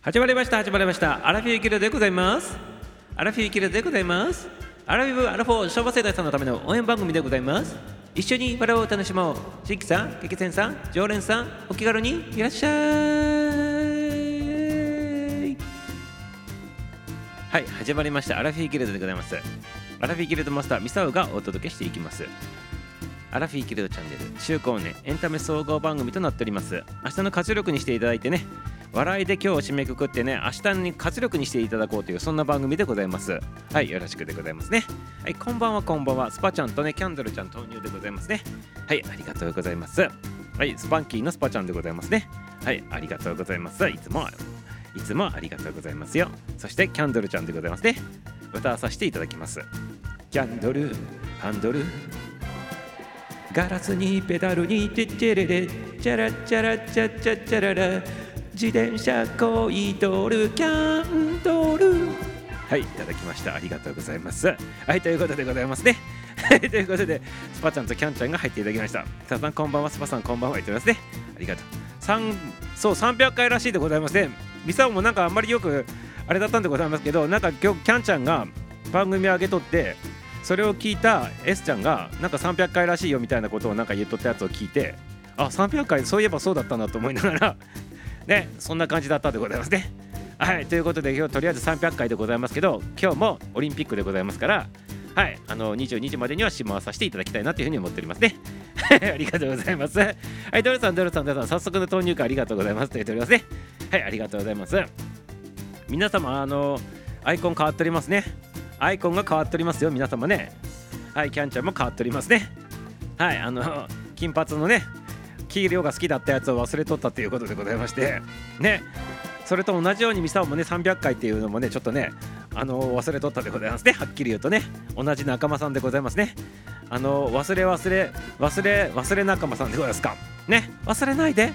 始まりましたアラフィーキルでございます。アラフィーキルでございます。アラフィブアラフォー昭和世代さんのための応援番組でございます。一緒に笑を楽しもう。新規さん、激戦さん、常連さん、お気軽にいらっしゃい。はい、始まりましたアラフィーギルドでございます。アラフィーギルドマスターミサウがお届けしていきます。アラフィーギルドチャンネル週後年エンタメ総合番組となっております。明日の活力にしていただいてね、笑いで今日を締めくくってね、明日に活力にしていただこうというそんな番組でございます。はい、よろしくでございますね。はい、こんばんはスパちゃんとねキャンドルちゃん投入でございますね。はい、ありがとうございます。はい、スパンキーのスパちゃんでございますね。はい、ありがとうございます。いつもありがとうございますよ。そしてキャンドルちゃんでございますね。歌わさせていただきます。キャンドルハンドルガラスにペダルにチェチェレレチャラチャラチャチャチャララ自転車こいどるキャンドル。はい、いただきました。ありがとうございます。はい、ということでございますね。はい、ということでスパちゃんとキャンちゃんが入っていただきました。ささんこんばんは、スパさんこんばんは、言ってますね。ありがとう。そう300回らしいでございますね。ミサオもなんかあんまりよくあれだったんでございますけど、なんか今日キャンちゃんが番組上げとってそれを聞いた S ちゃんがなんか300回らしいよみたいなことをなんか言っとったやつを聞いて、あ、300回そういえばそうだったなと思いながらね、そんな感じだったでございますね。はい、ということで今日とりあえず300回でございますけど、今日もオリンピックでございますから、はい、22時までにはしまわさせていただきたいなというふうに思っておりますね。ありがとうございます。はい、ドルさん早速の投入会ありがとうございますと言っておりますね。はい、ありがとうございます。皆様アイコン変わっておりますね。アイコンが変わっておりますよ皆様ね。はい、キャンちゃんも変わっておりますね。はい、金髪のね黄色が好きだったやつを忘れとったということでございましてね、それと同じようにミサオもね300回っていうのもねちょっとね忘れとったでございますね。はっきり言うとね、同じ仲間さんでございますね。忘れ仲間さんでございますかね。忘れないで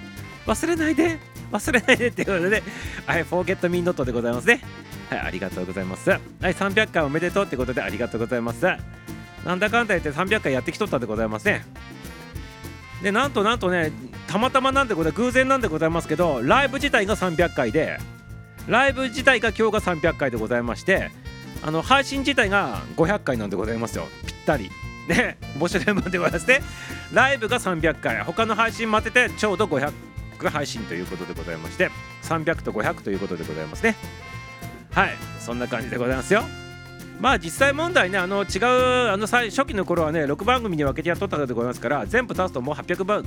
っていうことで、はい、forget me not でございますね。はい、ありがとうございます。はい、300回おめでとうってことでありがとうございます。なんだかんだ言って300回やってきとったでございますね。でなんとね、たまたまなんで偶然なんでございますけど、ライブ自体が300回で、ライブ自体が今日が300回でございまして、配信自体が500回なんでございますよ。ぴったりね、募集連番でございますね。ライブが300回、他の配信待っててちょうど500配信ということでございまして、300と500ということでございますね。はい、そんな感じでございますよ。まあ実際問題ね、違う初期の頃はね6番組に分けてやっとったでございますから、全部足すともう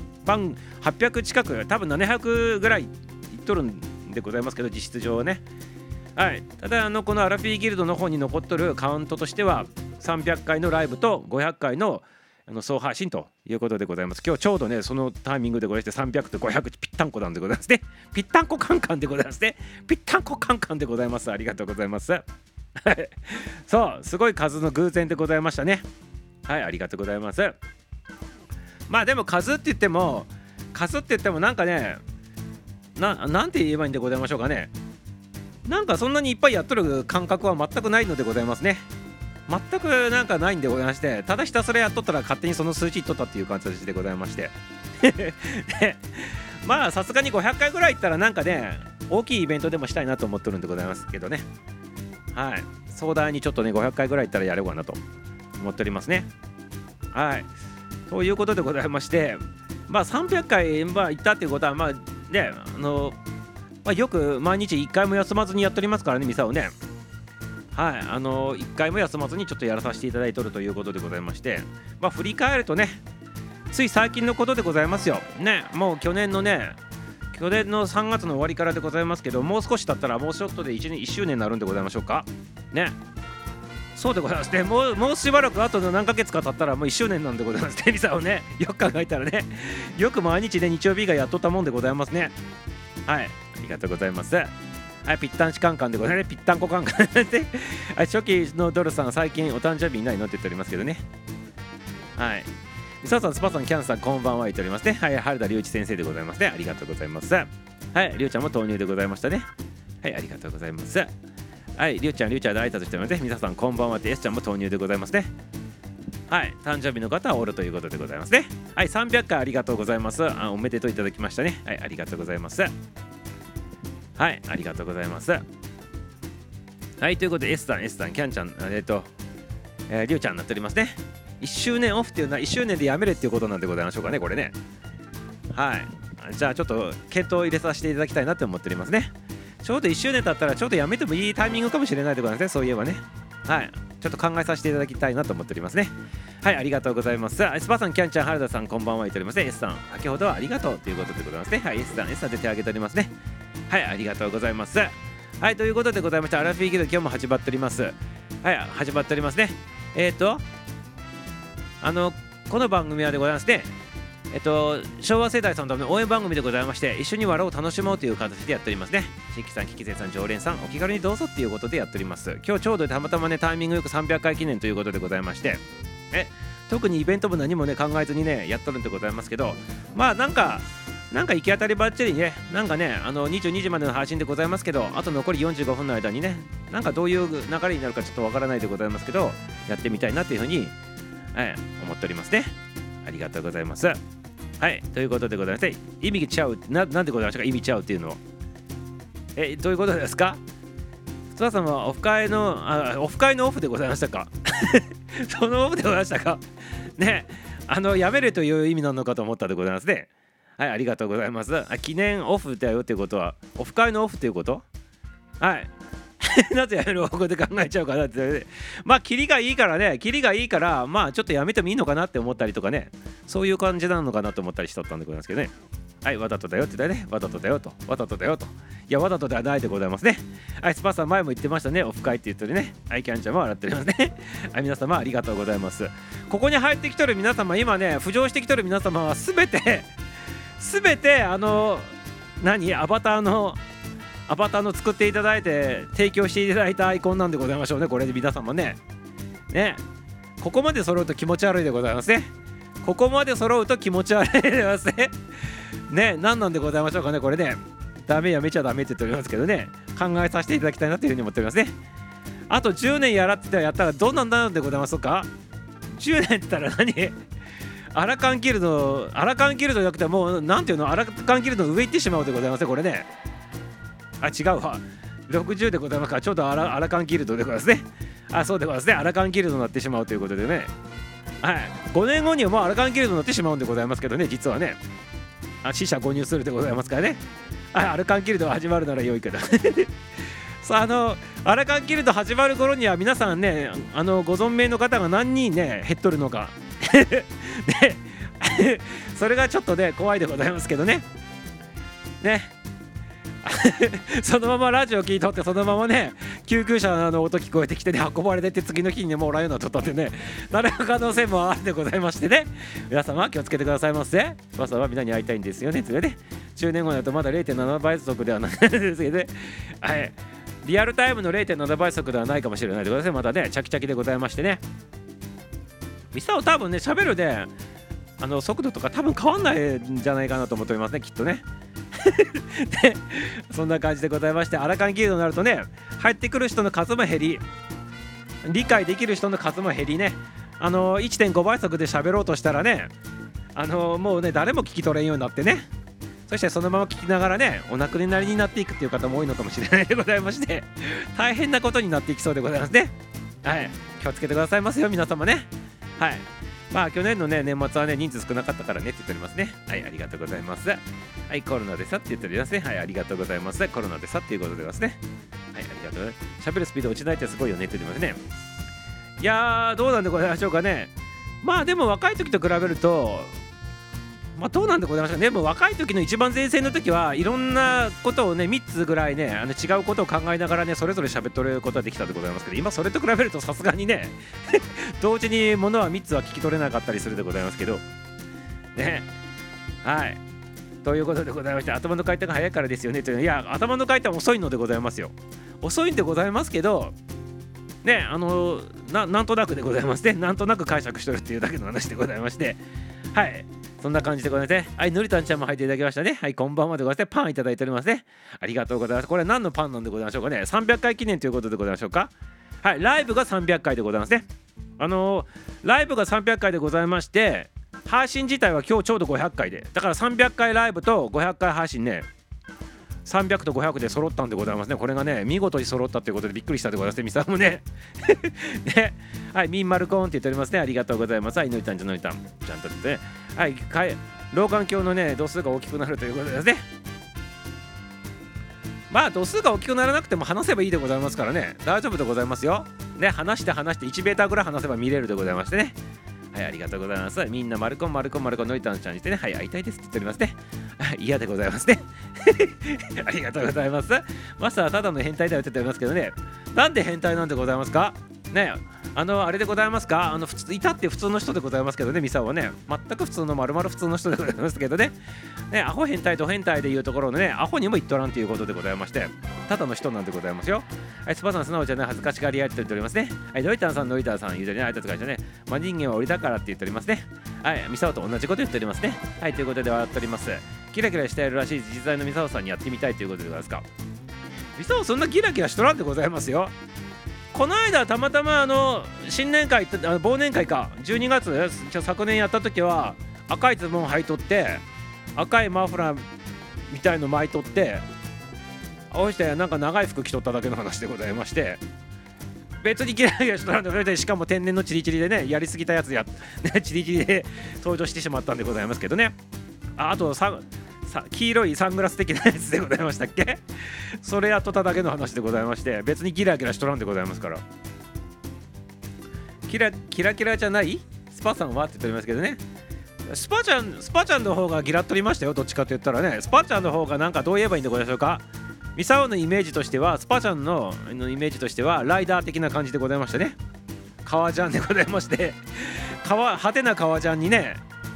800近く、多分700ぐらいいっとるんでございますけど、実質上はね。はい、ただこのアラフィーギルドの方に残っとるカウントとしては300回のライブと500回の総配信ということでございます。今日ちょうどねそのタイミングでございまして、300と500ぴったんこなんでございますね。ぴったんこカンカンでございますね。ぴったんこカンカンでございます。ありがとうございます。そう、すごい数の偶然でございましたね。はい、ありがとうございます。まあでも数って言ってもなんかね、なんて言えばいいんでございましょうかね。なんかそんなにいっぱいやっとる感覚は全くないのでございますね。全くなんかないんでございまして、ただひたすらやっとったら勝手にその数字いっとったっていう感じでございましてでまあさすがに500回ぐらいいったらなんかね大きいイベントでもしたいなと思ってるんでございますけどね。はい、壮大にちょっとね500回ぐらいいったらやろうかなと思っておりますね。はい、ということでございまして、まあ300回行ったっていうことはまあねよく毎日1回も休まずにやっておりますからね、ミサをね。はい、1回も休まずにちょっとやらさせていただいておるということでございまして、まあ振り返るとね、つい最近のことでございますよね。もう去年の3月の終わりからでございますけど、もう少し経ったらもうちょっとで1周年になるんでございましょうかね。そうでございますね。もうしばらくあとの何ヶ月か経ったらもう1周年なんでございますね、ミサをね。よく考えたらね、よく毎日ね日曜日がやっとったもんでございますね。はい、ありがとうございます。はい、ぴったんしカンカンでございますね。ぴったんこカンカンではい、初期のドルさん最近お誕生日いないのって言っておりますけどね。はい、ミサさん、スパさん、キャンさん、こんばんは言っておりますね。はい、原田隆一先生でございますね。ありがとうございます。はい、りゅうちゃんも投入でございましたね。はい、ありがとうございます。はい、りゅうちゃんで挨拶しておりますね。皆さんこんばんはって S ちゃんも投入でございますね。はい、誕生日の方はおるということでございますね。はい、300回ありがとうございます。おめでとういただきましたね。はい、ありがとうございます。 はい、ありがとうございます。はい、ということで S さん、キャンちゃん、りゅうちゃんになっておりますね。1周年オフっていうのは1周年でやめるっていうことなんでございましょうかね、これね。はい。じゃあちょっと検討を入れさせていただきたいなって思っておりますね。ちょうど1周年経ったらちょうどやめてもいいタイミングかもしれないでございますね、そういえばね。はい。ちょっと考えさせていただきたいなと思っておりますね。はい、ありがとうございます。S パーさん、キャンちゃん、原田さん、こんばんは言っておりますね。S さん、先ほどはありがとうということでございますね。はい、S さんで手を挙げておりますね。はい、ありがとうございます。はい、ということでございまして、アラフィーギルド今日も始まっております。はい、始まっておりますね。この番組はでございますね。昭和世代さんのための応援番組でございまして、一緒に笑おう楽しもうという形でやっておりますね。新規さん、キキゼンさん、常連さん、お気軽にどうぞっていうことでやっております。今日ちょうどたまたまね、タイミングよく300回記念ということでございまして、特にイベントも何もね考えずにねやっとるんでございますけど、まあなんか行き当たりばっちりね、なんかね22時までの配信でございますけど、あと残り45分の間にね、なんかどういう流れになるかちょっとわからないでございますけど、やってみたいなというふうに、思っておりますね。ありがとうございます。はい、ということでございまして、意味ちゃうなんでございましたか、意味ちゃうっていうのを。どういうことですか。津田さんはオフ会のオフでございましたかそのオフでございましたかね、やめるという意味なのかと思ったでございますね。はい、ありがとうございます。記念オフだよっていうことは、オフ会のオフっていうこと？はい。なぜやめる方向で考えちゃうかなって、まあキリがいいから、まあちょっとやめてもいいのかなって思ったりとかね、そういう感じなのかなと思ったりしとったんでございますけどね。はい、わざとだよって言ったね、わざとだよと。いや、わざとではないでございますね。はい、スパさん前も言ってましたね、オフ会って言ってるね。はい、キャンちゃんも笑っておりますね。はい、皆様ありがとうございます。ここに入ってきとる皆様、今ね、浮上してきとる皆様はすべてアバターの作っていただいて提供していただいたアイコンなんでございましょうね。これで皆様ね、ここまで揃うと気持ち悪いでございますね。ここまで揃うと気持ち悪いでございますね。何なんでございましょうかね、これね。ダメ、やめちゃダメって言っておりますけどね、考えさせていただきたいなというふうに思っておりますね。あと10年やったらどんなんなのでございますか。10年って言ったら何アラカンギルドじゃなくて、もうなんていうの、アラカンギルドの上行ってしまうでございますね、これね。あ、違うわ、60でございますから、ちょうどアラカンギルドでございますね。あ、そうでございますね、アラカンギルドになってしまうということでね。はい、5年後にはもうアラカンギルドになってしまうんでございますけどね、実はね。死者誤入するでございますからね。アラカンギルドが始まるなら良いけどさあ、アラカンギルド始まる頃には皆さんね、ご存命の方が何人ね減っとるのかねそれがちょっとね怖いでございますけどね。そのままラジオ聞いとって、そのままね救急車の音聞こえてきてね、運ばれてって次の日にねもうおらんようになっとったってね、なる可能性もあるでございましてね、皆様気をつけてくださいませ。マサはみんなに会いたいんですよねってね、10年後になるとまだ 0.7 倍速ではないですけどね、はい、リアルタイムの 0.7 倍速ではないかもしれないでございますね。まだねチャキチャキでございましてね、ミサオ多分ね喋るで速度とか多分変わんないんじゃないかなと思っておりますね、きっとねでそんな感じでございまして、アラカンギルドになるとね、入ってくる人の数も減り、理解できる人の数も減りね、1.5 倍速で喋ろうとしたらね、もうね誰も聞き取れんようになってね、そしてそのまま聞きながらねお亡くなりになっていくっていう方も多いのかもしれないでございまして、大変なことになっていきそうでございますね。はい、気をつけてくださいますよ皆様ね。はい、まあ去年のね年末はね人数少なかったからねって言っておりますね。はい、ありがとうございます。はい、コロナでさって言っておりますね。はい、ありがとうございます。コロナでさっていうことでますね。はい、ありがとう。喋るスピード落ちないってすごいよねって言ってますね。いやー、どうなんでございましょうかね。まあでも若い時と比べると、まあどうなんでございましょうかね。でも若い時の一番前線の時はいろんなことをね3つぐらいね違うことを考えながらねそれぞれ喋っとることができたでございますけど、今それと比べるとさすがにね同時にものは3つは聞き取れなかったりするでございますけどね。はい、ということでございまして、頭の回転が早いからですよねという。いや、頭の回転は遅いのでございますよ。遅いんでございますけどね、なんとなくでございますね。なんとなく解釈してるっていうだけの話でございまして、はい、そんな感じでございますね。はい、のりたんちゃんも入っていただきましたね。はい、こんばんはでございますね。パンいただいておりますね。ありがとうございます。これ何のパンなんでございましょうかね。300回記念ということでございましょうか。はい、ライブが300回でございますね。ライブが300回でございまして、配信自体は今日ちょうど500回で、だから300回ライブと500回配信ね、 300と500で揃ったんでございますね。これがね見事に揃ったということでびっくりしたでございますね。ミサもねね、はい、ミンマルコーンって言っておりますね。ありがとうございます。はい、のりたんちゃんのりたんちゃんとですね、はい、老眼鏡のね度数が大きくなるということですね。まあ度数が大きくならなくても話せばいいでございますからね、大丈夫でございますよ。ね、話して1ベータぐらい話せば見れるでございましてね。はい、ありがとうございます。みんなマルコンのりたんちゃんにしてね、はい、会いたいですって言っておりますね。嫌でございますね。ありがとうございます。マスターはただの変態だよって言っておりますけどね、なんで変態なんでございますかね。あれでございますか、至って普通の人でございますけどね、ミサはね、全く普通の丸々普通の人でございますけどね、アホ変態と変態でいうところのね、アホにも言っとらんということでございまして、ただの人なんでございますよ。はい、スパさん素直じゃない恥ずかしがり屋って言っておりますね。はい、ノイタンさん言うてね、あいたつかいしね、真人間は俺だからって言っておりますね。はい、ミサオと同じこと言っておりますね。はい、ということで笑っております。キラキラしているらしい実在のミサオさんにやってみたいということでございますか。ミサオそんなキラキラしとらんでございますよ。この間たまたま新年会忘年会か12月昨年やった時は赤いズボン履いとって赤いマフラーみたいの巻いとって合わせてなんか長い服着とっただけの話でございまして、別にキラキラしとらんで、しかも天然のチリチリでねやりすぎたやつね、チリチリで登場してしまったんでございますけどね。あと黄色いサングラス的なやつでございましたっけ。それやっとっただけの話でございまして、別にキラキラしとらんでございますから。キラキラじゃないスパさんはって言っておりますけどね。スパちゃんの方がギラっとりましたよ。どっちかと言ったらね、スパちゃんの方がなんかどう言えばいいんでございましょうか。ミサオのイメージとしては、スパちゃんのイメージとしてはライダー的な感じでございましてね、革ジャンでございまして、派手な革ジャンにね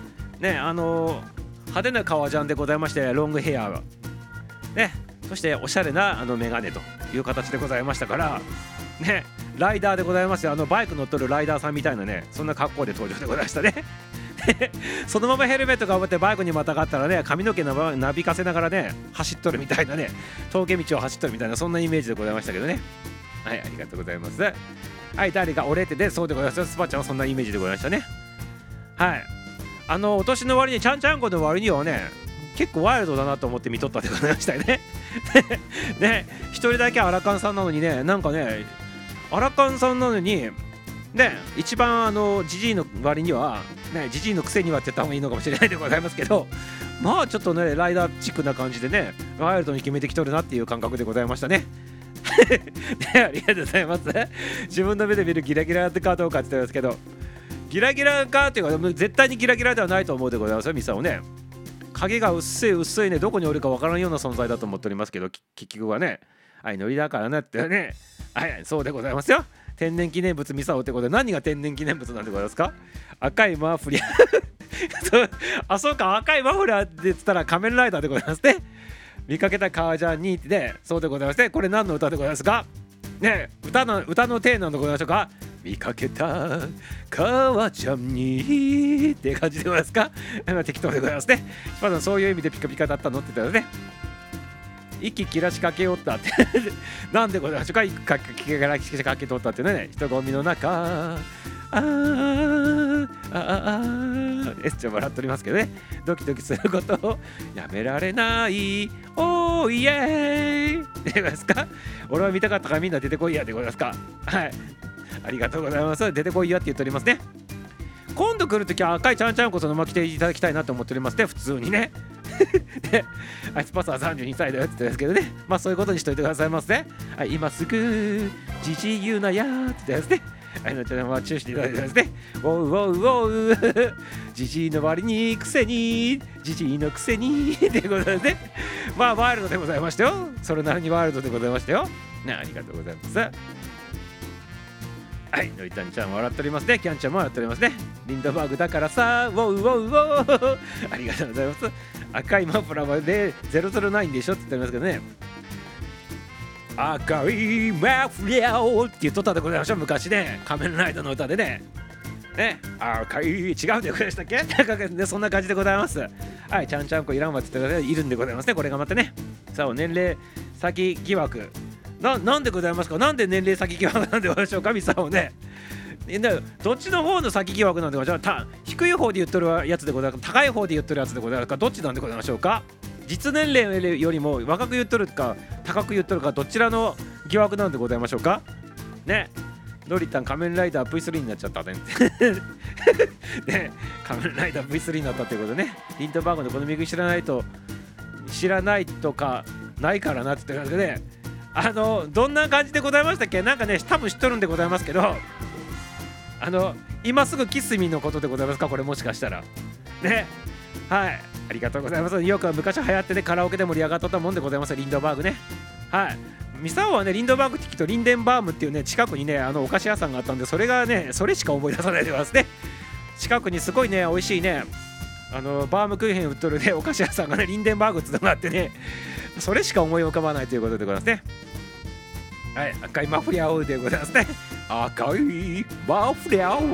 派手な革ジャンでございまして、ロングヘアがね、そしておしゃれなメガネという形でございましたからね、ライダーでございますよ。バイク乗っとるライダーさんみたいなね、そんな格好で登場でございましたね。そのままヘルメットかぶってバイクにまたがったらね、髪の毛なびかせながらね走っとるみたいなね、峠道を走っとるみたいな、そんなイメージでございましたけどね。はい、ありがとうございます。はい、誰か俺ってでそうでございます。スパちゃんはそんなイメージでございましたね。はい、お年の割にちゃんちゃんこの割にはね結構ワイルドだなと思って見とったでございましたよね。ね、一人だけアラカンさんなのにね、なんかねアラカンさんなのにね、一番ジジイの割にはね、ジジイのくせにはって言った方がいいのかもしれないでございますけど、まあちょっとねライダーチックな感じでねワイルドに決めてきとるなっていう感覚でございましたね。ね、ありがとうございます。自分の目で見るギラギラかどうかって言ってますけど、ギラギラかっていうか絶対にギラギラではないと思うでございますよ。ミサをね、影が薄いね、どこにおるかわからんような存在だと思っておりますけど、結局はね、はい、ノリだからねってね、はい、そうでございますよ。天然記念物ミサオってことで、何が天然記念物なんでございますか。赤いマフラーそうか、赤いマフラーで言ったら仮面ライダーでございますね。見かけた革ジャンにってね、そうでございますね。これ何の歌でございますかね、歌のテーマでございましょうか。見かけた革ジャンにっていう感じでございますか。適当でございますね。まだそういう意味でピカピカだったのって言ったらね、息切らしかけよったってなんでございましょうか。息切らしかけとったってね、人混みの中ちょっと笑っておりますけどね、ドキドキすることをやめられないおーイエーイでございますか。俺は見たかったからみんな出てこいやでございますか。はい、ありがとうございます。出てこいやって言っておりますね。今度来るときは赤いちゃんちゃんこそのまま来ていただきたいなと思っておりますね、普通にね。で、あいつパスは32歳だよって言ってますけどね、まあそういうことにしといてくださいませ、ね。はい、今すぐじじ言うなやーって言ってますね。はい、ちょっとまあ注意していただいてますね。おうおうおうじじいの割にくせにじじいのくせにってことでね、まあワイルドでございましたよ。それなりにワイルドでございましたよ。ね、ありがとうございます。はい、のりたんちゃん笑っておりますね。キャンちゃんも笑っておりますね。リンドバーグだからさ、ウォウウォウウォありがとうございます。赤いマフラーで009でしょって言ってますけどね。赤いマフラーって言っとったでございましょう、昔ね。仮面ライダーの歌でね。ね、赤い違うでございましたっけね、そんな感じでございます。はい、ちゃんちゃんこいらんわって言っているんでございますね。これがまたね。さあ、年齢先疑惑。なんでございますか。なんで年齢先疑惑なんでございましょうか、ミサオね。どっちの方の先疑惑なんでございましょうか。低い方で言っとるやつでございますか、高い方で言っとるやつでございますか、どっちなんでございましょうか。 実年齢よりも若く言っとるか高く言っとるか、どちらの疑惑なんでございましょうかね。ノリタン仮面ライダー V3 になっちゃったねね、仮面ライダー V3 になったということでね、リンドバーグのこの右知らないとかないからなって言ってるわけで、どんな感じでございましたっけ。なんかね、多分知っとるんでございますけど、今すぐキスミのことでございますか、これもしかしたらね。はい、ありがとうございます。よく昔流行ってね、カラオケで盛り上がっとったもんでございます、リンドバーグね。はい、ミサオはね、リンドバーグって聞くとリンデンバームっていうね、近くにね、お菓子屋さんがあったんで、それがね、それしか思い出さないでますね。近くにすごいね、美味しいね、バームクーヘン売っとるね、お菓子屋さんがね、リンデンバーグってのがあってね、それしか思い浮かばないということでございますね。はい、赤いマフリャオでございますね。赤いマフリャオ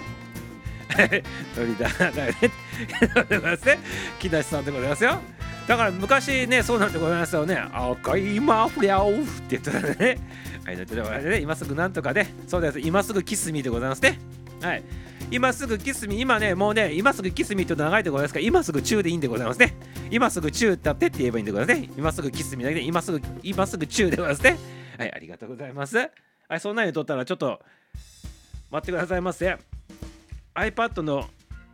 ノリだねでございますね。木梨さんでございますよ。だから昔ね、そうなんでございますよね。赤いマフリャオって言ってたんでね。はい、ね、今すぐなんとかね、そうです、今すぐキスミでございますね。はい、今すぐキスミ、今ね、もうね、今すぐキスミって長いでございますから、今すぐチューでいいんでございますね。今すぐチューだってって言えばいいんでございますね。今すぐキスミだけで、今すぐチューでございますね。はい、ありがとうございます。はい、そんなに撮ったらちょっと待ってくださいませ。iPad の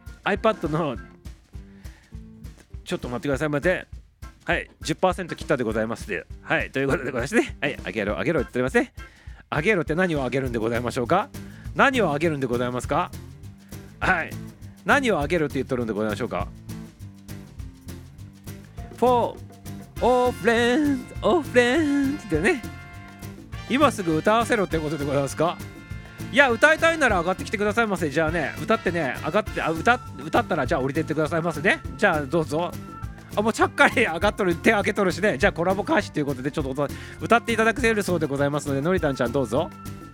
ちょっと待ってくださいませ。はい、10% 切ったでございますで、はい、ということでございましてね、はい、あげろって言ってますね。あげろって何をあげるんでございましょうか。何をあげるんでございますか。はい、何をあげるって言っとるんでございましょうか。For all friends ってね、今すぐ歌わせろってことでございますか。いや、歌いたいなら上がってきてくださいませ。じゃあね、歌ってね、歌ったらじゃあ降りてってくださいませね。じゃあどうぞ。もうちゃっかり上がっとる、手開けとるしね。じゃあコラボ開始ということで、ちょっと歌っていただけるそうでございますので、のりたんちゃんどうぞ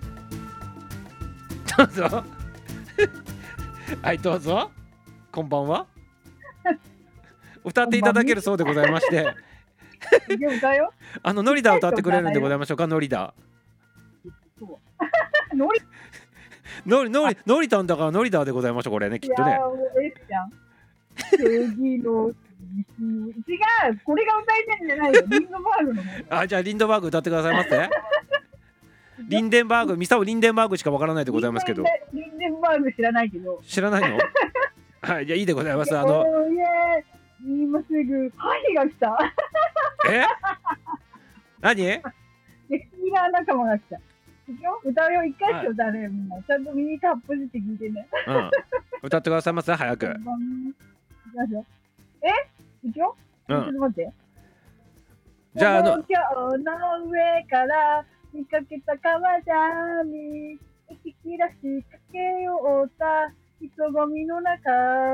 どうぞはい、どうぞ、こんばんは歌っていただけるそうでございましてノリダ歌ってくれるんでございましょうか。ノリダノリタンだからノリダーでございましょう、これね、きっとね。 違う、これが歌いたいんじゃないよ、リンドバーグの方。 じゃあリンドバーグ歌ってくださいませ。リンデンバーグ、ミサオリンデンバーグしかわからないでございますけど。 リンデンバーグ知らないけど。 知らないのはい、じゃあいいでございます。 今すぐ針が来た。 何？ レキラー仲間が来た。歌うよ、一回しか歌わねえ、みんな。ちゃんと耳タップして聞いてね。 歌ってくださいませ、早く。 いくよ。ちょっと待って。 じゃあ東京の上から見かけた川じに息切らしかけようた人混みの中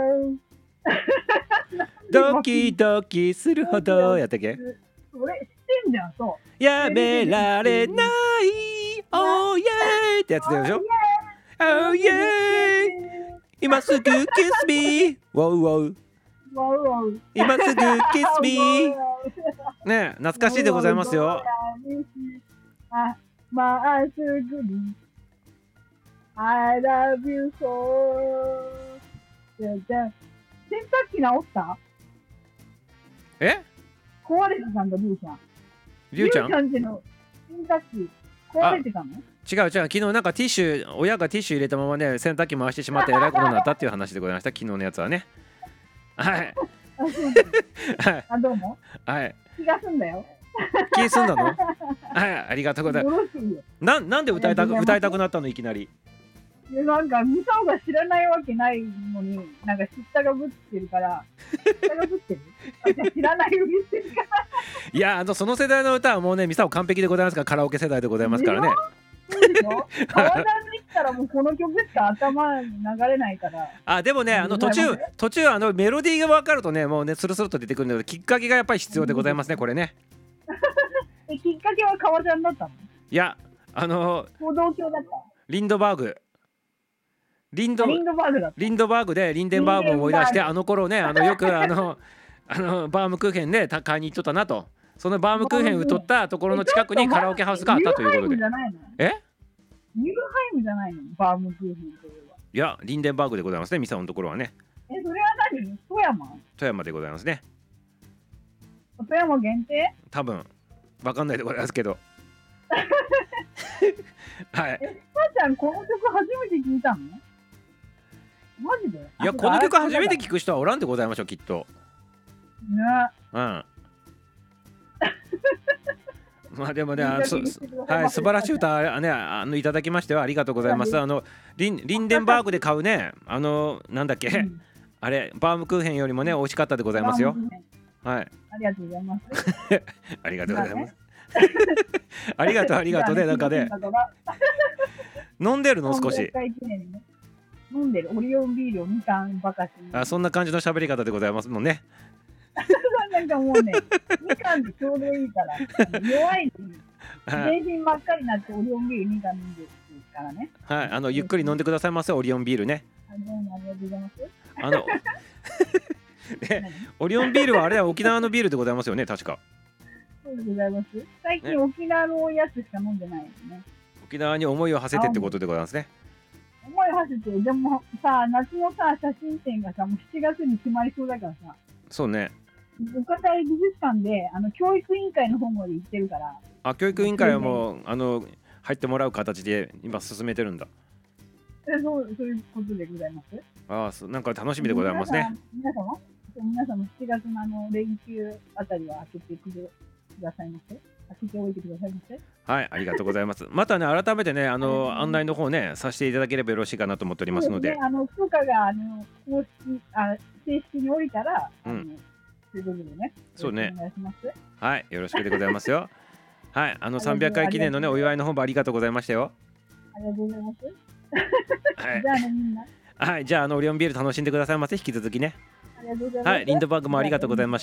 ドキドキするほどやったっけ。 それ知ってんじゃん。そうやめられないおーイエーイってやつでしょ。おーイエーイ今すぐキスミーウォウウォウ今すぐキスミーね、懐かしいでございますよ。 まっすぐに I love you so じゃじゃ洗濯機直った？壊れてたんだ、りゅうちゃん。りゅうちゃんちの洗濯機壊れてたの？ 違う、昨日なんかティッシュ、親がティッシュ入れたままね、洗濯機回してしまってえらいことになったっていう話でございました、昨日のやつはね。はい。 どうも。 はい。 気がすんだよ。 気すんだの？はい、ありがとうございます。なんで歌いたくなったのいきなり。 なんかミサオが知らないわけないのに、なんか知ったがぶってるから。知らないふりしてるから。 いや、その世代の歌はもうね、ミサオ完璧でございますから、カラオケ世代でございますからね。 川田に来たらもうこの曲しか頭に流れないから。 でもね、途中メロディーが分かるとね、もうねスルスルと出てくるんだけど、きっかけがやっぱり必要でございますね、これね。 きっかけは川田だったの？ いや、 歩道橋だった。 リンドバーグでリンデンバーグを思い出して、あの頃ね、よくバームクーヘンで買いに行っとったなと。そのバームクーヘンを取ったところの近くにカラオケハウスがあったということで。 ニューハイムじゃないの？バームクーヘンといえば。 いや、リンデンバーグでございますね、ミサオのところはね。 それは何？富山でございますね。 富山限定？ 多分わかんないでございますけどはい。 さあちゃんこの曲初めて聞いたの？マジで？ いや、この曲初めて聞く人はおらんでございましょう、きっと。 ね。 うんまあでもね、 はい、 素晴らしい歌ね、いただきましてはありがとうございます。リンデンバーグで買うね、なんだっけ、あれバームクーヘンよりもね美味しかったでございますよ。はい。 ありがとうございます。 ありがとうございます。ありがとうね、なんかね。飲んでるの少し。 飲んでるオリオンビールをみかんばかし。 あ、そんな感じの喋り方でございますもんね。 なんかもうね、みかんでちょうどいいから、弱いのに、全身真っ赤になってオリオンビールみかん飲んでるからね。 はい、ゆっくり飲んでくださいませ、オリオンビールね。 ありがとうございます。 オリオンビールはあれは沖縄のビールでございますよね、確か。 そうでございます。最近沖縄のやつしか飲んでないですね。 沖縄に思いを馳せてってことでございますね。 思いを馳せて、でもさ、夏のさ、写真展がさ、もう7月に決まりそうだからさ。 そうね。 岡台美術館で教育委員会の方まで行ってるから。 あ、教育委員会はもう入ってもらう形で今進めてるんだ。 そういうことでございます。 なんか楽しみでございますね。 皆様7月の連休あたりは開けてくださいませ。開けておいてくださいませ。 はい、ありがとうございます。またね、改めてね、案内の方ね、させていただければよろしいかなと思っておりますので。 許可が公式正式に降りたら、ということでね。 そうね。 お願いします。 はい、よろしくでございますよ。はい、300回記念のね、お祝いの方もありがとうございましたよ。 ありがとうございます。 はい、 じゃあね、みんな。 はい、じゃあオリオンビール楽しんでくださいませ、引き続きね。 ありがとうございます。 はい、リンドバーグもありがとうございました。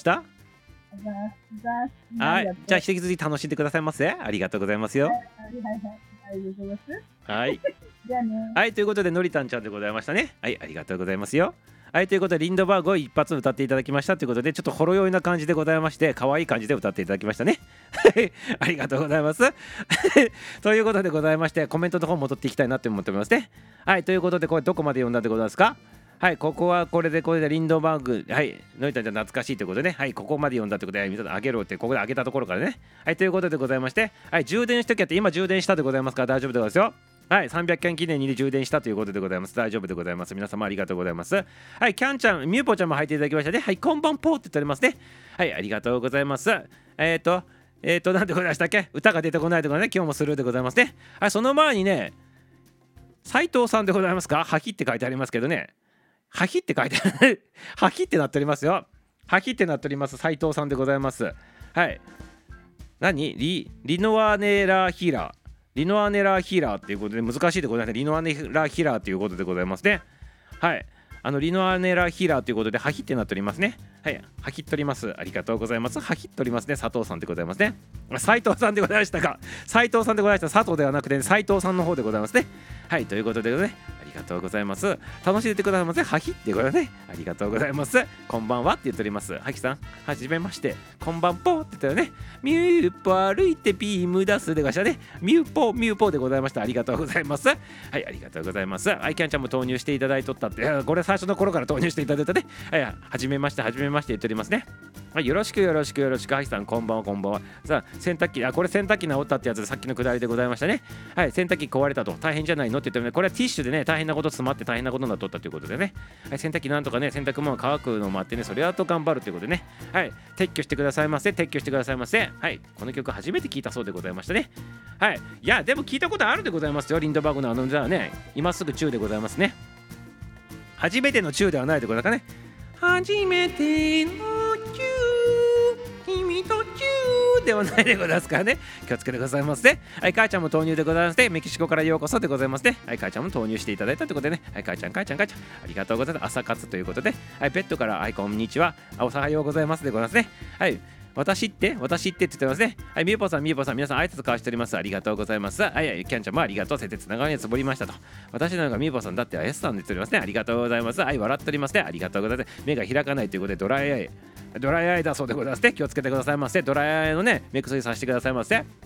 はい、 じゃあ引き続き楽しんでくださいませ。ありがとうございますよ。 ありがとうございます。 はい。 じゃあね。 はい、ということでのりたんちゃんでございましたね。はい、ありがとうございますよ。はい、ということでリンドバーグを一発歌っていただきましたということで、ちょっとほろ酔いな感じでございまして、可愛い感じで歌っていただきましたね。ありがとうございます。ということでございまして、コメントの方戻っていきたいなと思っておりますね。はい、ということでこれどこまで読んだでございますか。はい、ここはこれでリンドバーグ、はい、のりたんちゃん懐かしいということでね、はい、ここまで読んだということで、皆さんあげろって、ここであげたところからね、はい、ということでございまして、はい、充電しときゃって、今充電したでございますから大丈夫でございますよ。はい、300回記念に充電したということでございます。大丈夫でございます。皆様ありがとうございます。はい、キャンちゃん、ミューポちゃんも入っていただきましたね。はい、こんばんぽって言っておりますね。はい、ありがとうございます。なんでございましたっけ、歌が出てこないとかね、今日もスルーでございますね。はい、その前にね、斉藤さんでございますか。はきって書いてありますけどね。はきって書いてある。はきってなっておりますよ。はきってなっております。斉藤さんでございます。はい。リノアネラヒラ。リノアネラヒラーっていうことで難しいでございます。リノアネラヒラーということでございますね。はい。リノアネラヒラーということで、はきってなっておりますね。はい。はきっております。ありがとうございます。はきっておりますね。佐藤さんでございますね。斉藤さんでございましたか。斉藤さんでございました。佐藤ではなくて、斉藤さんの方でございますね。はい。ということでね。ありがとうございます。楽しんでてくださいませ。はきってこれね。ありがとうございます。こんばんはって言っております。はきさん、はじめまして。こんばんぽって言ったらね。ミューポ歩いてビーム出すでございましたね。ミューポでございました。ありがとうございます。はい、ありがとうございます。はい、キャンちゃんも投入していただいとったって。これ最初の頃から投入していただいたね。はい、はじめまして言っておりますね。はい、よろしく。はきさん、こんばんは。さあ、洗濯機、これ洗濯機直ったってやつでさっきのくだりでございましたね。はい、洗濯機壊れたと。大変じゃないのって言ってるね。これはティッシュでね、大変なこと詰まって大変なことになっとったということでね。はい、洗濯機なんとかね、洗濯物乾くのもあってね、それあと頑張るということでね。はい、撤去してくださいませ。はい、この曲初めて聞いたそうでございましたね。はい、いや、でも聞いたことあるでございますよ。リンドバーグのじゃあね、今すぐチューでございますね。初めてのチューではないでございますかね。初めてのチュー、君とチューではないでございますからね。気をつけてくださいませ。はい、母ちゃんも投入でございますね。メキシコからようこそでございますね。はい、母ちゃんも投入していただいたということでね。はい、母ちゃん、ありがとうございます。朝活ということで、はい、ペットから、はい、こんにちは。おはようございますでございますね。はい。私ってって言ってますね。はい、みゆぽさん、皆さん挨拶交わしております。ありがとうございます。はい、キャンちゃんもありがとう。設定つながりにつぼりましたと。私なんかみゆぽさんだって S さんで言っておりますね。ありがとうございます。はい、笑っておりますね。ありがとうございます。目が開かないということでドライアイだそうでございますね。気をつけてくださいませ。ドライアイのね、目薬させてくださいませ。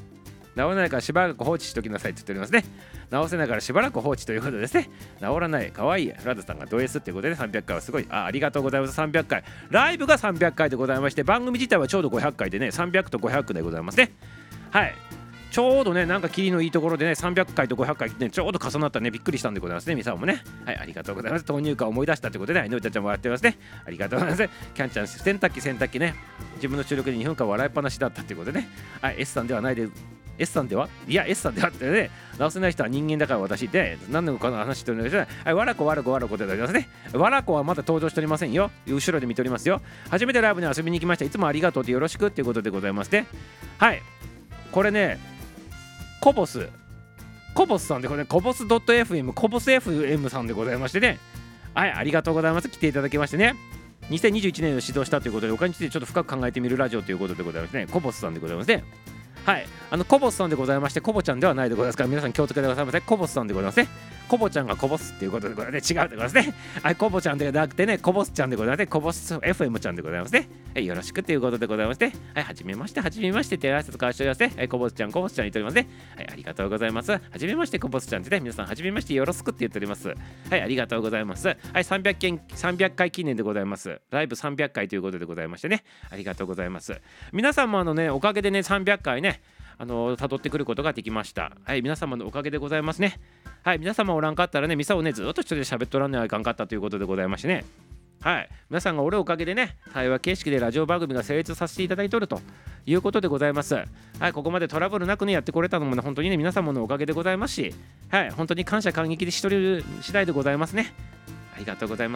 治らないからしばらく放置しておきなさいって言っておりますね。治せないからしばらく放置ということですね。治らない、かわいい、ラダさんがド S っていうことで300回はすごい。ありがとうございます。300回。ライブが300回でございまして、番組自体はちょうど500回でね、300と500でございますね。はい。ちょうどね、なんかキリのいいところでね、300回と500回ってね、ちょうど重なったね、びっくりしたんでございますね、皆さんもね。はい、ありがとうございます。投入歌を思い出したということで、のりたちゃんもやってますね。ありがとうございます。キャンちゃん、洗濯機ね、自分の収録に2分間笑いっぱなしだったということでね。はい、S さんではないで、S さんではいや、S さんではってね、直せない人は人間だから私で、何でもこの話してるので、はい、わらこでございますね。わらこはまだ登場しておりませんよ。後ろで見ておりますよ。初めてライブに遊びに行きました。いつもありがとうってよろしくっていうことでございますね。はい、これね、コボスさんでこれ、ね、コボス .fm コボス FM さんでございましてね。はい、ありがとうございます。来ていただきましてね。2021年を指導したということで、他についてちょっと深く考えてみるラジオということでございますね。コボスさんでございますね。はい、コボスさんでございまして、コボちゃんではないでございますから、皆さん気をつけてくださいませ。コボスさんでございますね。コボちゃんがコボスっていうことでございますね。違うでございますね。はい、コボちゃんではなくてね、コボスちゃんでございますね。コボス FM ちゃんでございますね。はい、よろしくということでございまして、はい、はじめましてって挨拶交わしておりますね。はい、コボスちゃん言っておりますね。はい、ありがとうございます。はじめましてコボスちゃんってね、皆さんはじめましてよろしくって言っております。はい、ありがとうございます。はい、300回記念でございます。ライブ300回ということでございましてね、ありがとうございます。皆さんもおかげでね、300回ね、辿ってくることができました。はい、皆様のおかげでございますね。はい、皆様おらんかったらね、ミサをね、ずっと一人で喋っとらんねはいかんかったということでございましてね。はい、皆さんがおるおかげでね、対話形式でラジオ番組が成立させていただいておるということでございます。はい、ここまでトラブルなくね、やってこれたのもね、本当にね、皆様のおかげでございますし、はい、本当に感謝感激で一人次第でございますね。ありがとうございます。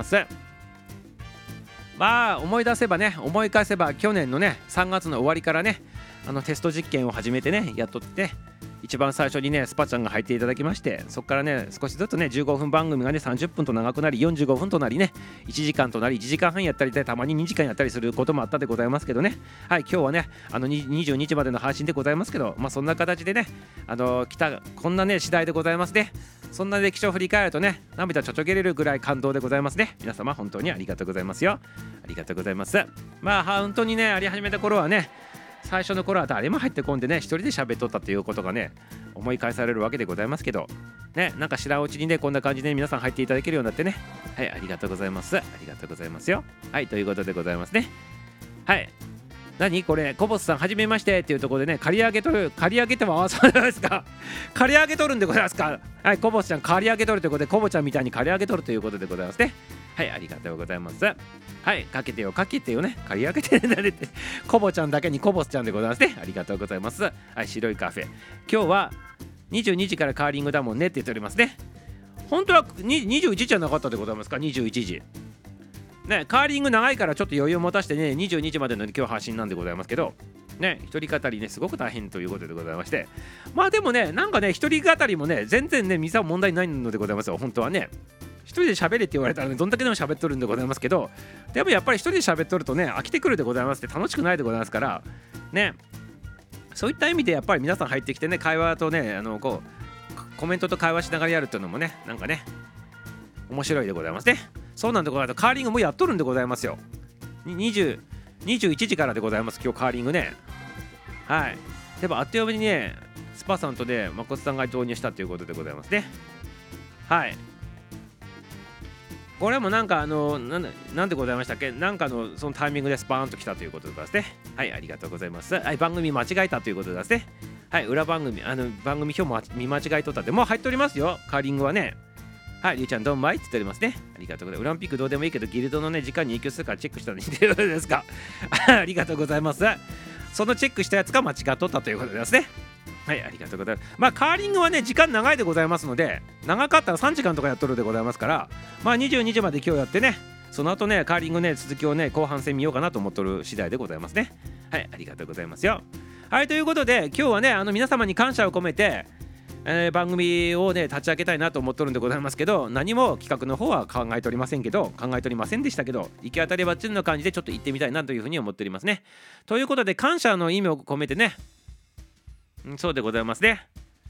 まあ、思い返せば去年のね、3月の終わりからね、テスト実験を始めてね、やっとって一番最初にね、スパちゃんが入っていただきまして、そこからね、少しずつね、15分番組がね、30分と長くなり、45分となりね、1時間となり、1時間半やったりで、たまに2時間やったりすることもあったでございますけどね。はい、今日はね、22日までの配信でございますけど、まあそんな形でね、こんなね、次第でございますね。そんな歴史を振り返るとね、涙ちょちょげれるぐらい感動でございますね。皆様本当にありがとうございますよ。ありがとうございます。まあ本当にね、やり始めた頃はね、最初の頃は誰も入ってこんでね、一人で喋っとったっていうことがね、思い返されるわけでございますけどね、なんか知らんうちにね、こんな感じで皆さん入っていただけるようになってね、はい、ありがとうございます。ありがとうございますよ。はい、ということでございますね。はい、何これ、コボスさんはじめましてっていうところでね、借り上げてはそうですか、借り上げとるんでございますか。はい、コボスちゃん借り上げとるということで、コボちゃんみたいに借り上げとるということでございますね。はい、ありがとうございます。はい、かけてよね、借り上げてねってコボちゃんだけにコボスちゃんでございますね。ありがとうございます。はい、白いカフェ、今日は22時からカーリングだもんねって言っておりますね。本当は21時じゃなかったでございますか。21時ね、カーリング長いからちょっと余裕を持たしてね、22時までの今日配信なんでございますけどね、一人語りね、すごく大変ということでございまして、まあでもね、なんかね、一人語りもね、全然ね、ミサは問題ないのでございますよ。本当はね、一人で喋れって言われたらね、どんだけでも喋っとるんでございますけど、でもやっぱり一人で喋っとるとね、飽きてくるでございますって、楽しくないでございますからね。そういった意味でやっぱり皆さん入ってきてね、会話とね、こうコメントと会話しながらやるっていうのもね、なんかね、面白いでございますね。そうなんでございます。カーリングもやっとるんでございますよ。21時からでございます、今日カーリングね。はい、でもあっという間にね、スパさんとね、誠さんが導入したということでございますね。はい、これもなんかなんでございましたっけ、なんかのそのタイミングでスパーンと来たということでございますね。はい、ありがとうございます。はい、番組間違えたということでございますね。はい、裏番組番組表も見間違えとったって、もう入っておりますよ、カーリングはね。はい、りゅうちゃんどんまいって言っておりますね。ありがとうございます。ウランピックどうでもいいけど、ギルドのね、時間に影響するからチェックしたのにっていうことですか。ありがとうございます。そのチェックしたやつが間違っとったということですね。はい、ありがとうございます。まあカーリングはね、時間長いでございますので、長かったら3時間とかやっとるでございますから、まあ22時まで今日やってね、その後ね、カーリングね、続きをね、後半戦見ようかなと思っとる次第でございますね。はい、ありがとうございますよ。はい、ということで今日はね、皆様に感謝を込めて、番組をね、立ち上げたいなと思っとるんでございますけど、何も企画の方は考えておりませんでしたけど、行き当たりばっちりの感じでちょっと行ってみたいなというふうに思っておりますね。ということで、感謝の意味を込めてね、そうでございますね。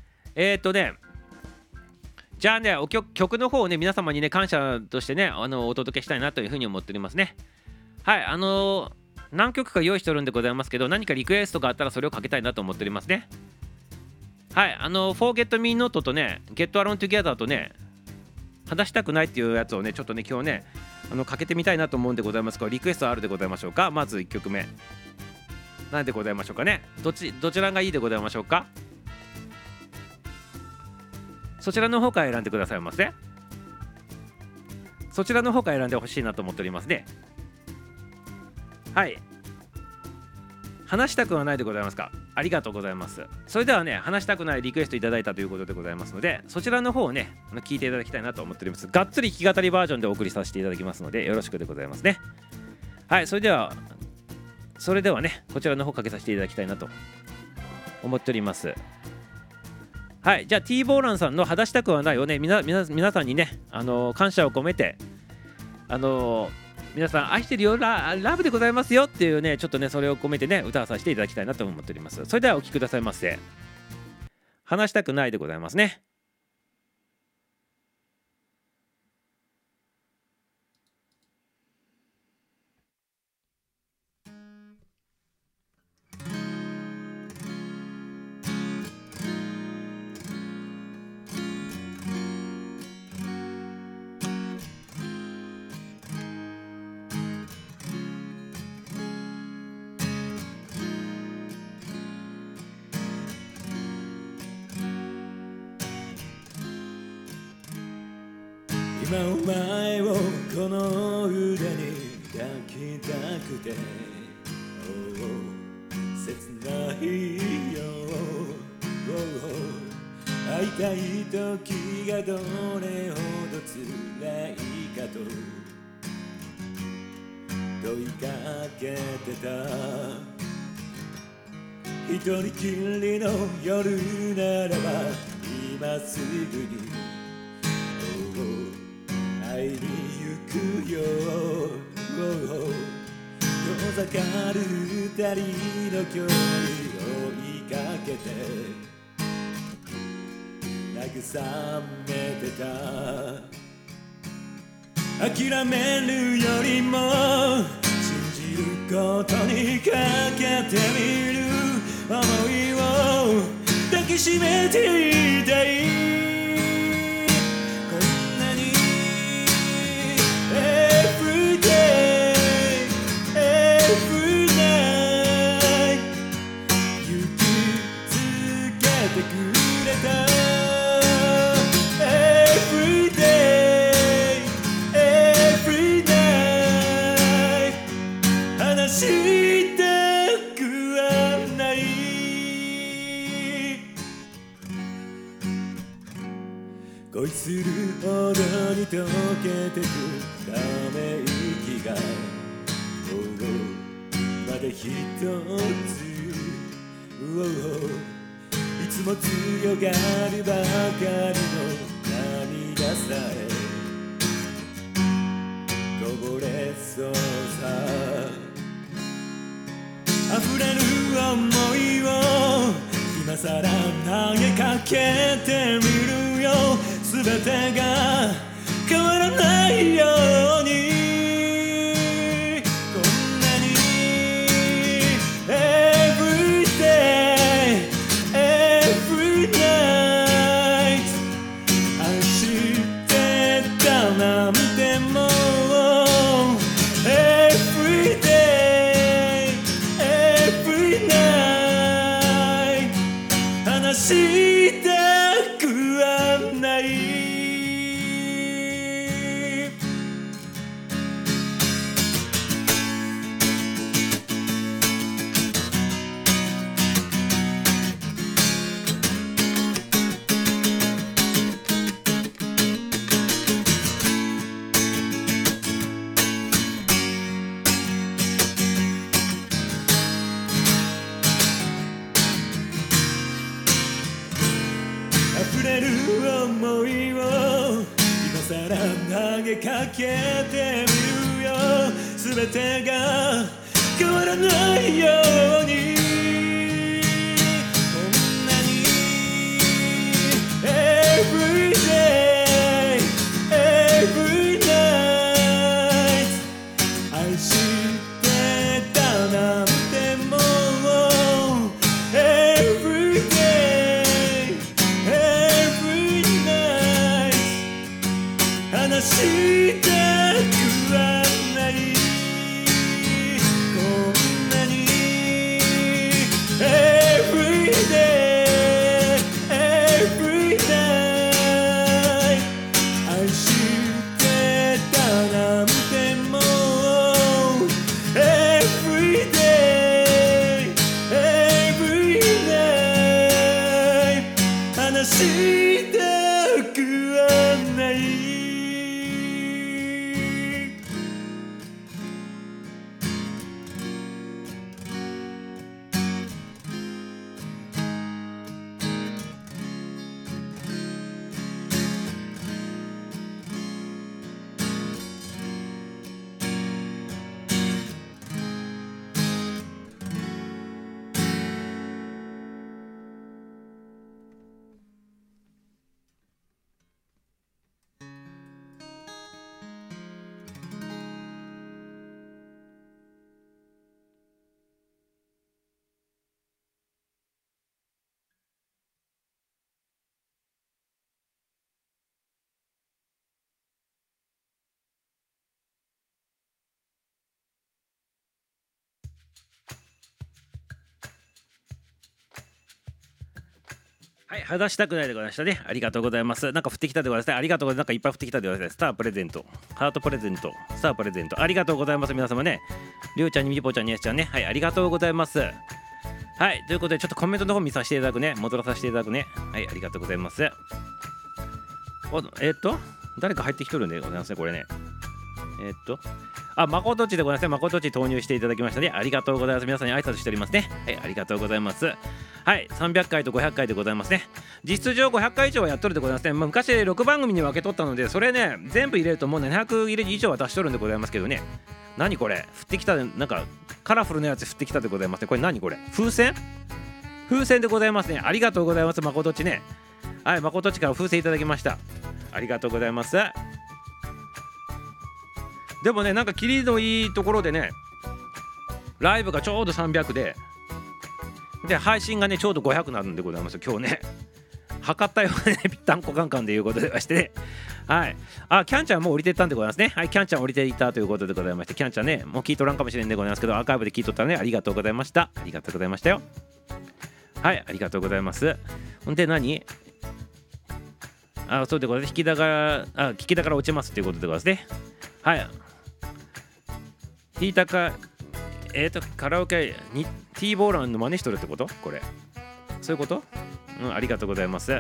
じゃあね、曲の方をね、皆様にね、感謝としてね、お届けしたいなというふうに思っておりますね。はい、何曲か用意しておるんでございますけど、何かリクエストがあったらそれをかけたいなと思っておりますね。 はい、Forget Me Not とね、Get Along Together とね、話したくないっていうやつをね、ちょっとね、今日ね、かけてみたいなと思うんでございますが、リクエストあるでございましょうか。まず1曲目。何でございましょうかね。どちらがいいでございましょうか。そちらの方から選んでくださいませ。そちらの方から選んでほしいなと思っておりますね。はい。話したくはないでございますか。ありがとうございます。それではね、話したくないリクエストいただいたということでございますので、そちらの方をね、聞いていただきたいなと思っております。がっつり弾き語りバージョンでお送りさせていただきますので、よろしくでございますね。はい、それではね、こちらの方かけさせていただきたいなと思っております。はい、じゃあ T ボーランさんの話したくはないをね、皆さんにね、感謝を込めて、皆さん愛してるよ、ラブでございますよっていうね、ちょっとね、それを込めてね、歌わさせていただきたいなと思っております。それではお聴きくださいませ。話したくないでございますね。 今お前をこの腕に抱きたくて、切ないよ、会いたい時がどれほど辛いかと問いかけてた。一人きりの夜ならば今すぐに会いに行くよ。遠ざかる二人の距離を追いかけて慰めてた。諦めるよりも信じることにかけてみる。想いを抱きしめていたい。恋するほどに溶けてくため息がまだ一つ、いつも強がるばかりの涙さえこぼれそうさ。溢れる想いを今さら投げかけてみるよ。全てが変わらないようにこんなに Every day Every night 愛してたなんてもう Every day Every night 話したくはない溢れる想いを今さら投げかけてみるよ。全てが変わらないようにこんなに Every day Every night 愛してたなんてもう Every day はい、話したくないでございましたね。ありがとうございます。なんか降ってきたでございますね。ありがとうございます。なんかいっぱい降ってきたでございますね。スタープレゼント、ハートプレゼント、スタープレゼント、ありがとうございます。皆様ね、りょうちゃんにみぽちゃんにやすちゃんね、はい、ありがとうございます。はい、ということで、ちょっとコメントの方見させていただくね、戻らさせていただくね。はい、ありがとうございます。誰か入ってきとるんでございますね、これね。まことっちでございますね。まことっち投入していただきましたね。ありがとうございます。皆さんに挨拶しておりますね。はい、ありがとうございます。はい、300回と500回でございますね。実質上500回以上はやっとるでございますね。昔6番組に分け取ったので、それね、全部入れるともう700入れ以上は出しとるんでございますけどね。何これ、降ってきた、なんかカラフルなやつ降ってきたでございますね。これ何これ、風船でございますね。ありがとうございます。まことっちね。はい、まことっちから風船いただきました。ありがとうございます。でもね、なんかキリのいいところでね、ライブがちょうど300で配信がねちょうど500なんでございます。今日ね測ったよね、ぴったんこカンカンでいうことでましてね。はい、キャンちゃんもう降りてったんでございますね。はい、キャンちゃん降りていたということでございまして、キャンちゃんねもう聞いとらんかもしれんでございますけど、アーカイブで聞いとったらね、ありがとうございました。ありがとうございましたよ。はい、ありがとうございます。ほんで何、そうでございます。聞きだから落ちますということでございますね。はい、弾いたかカラオケに T ボーランの真似しとるってこと、これそういうこと。ありがとうございます。はい、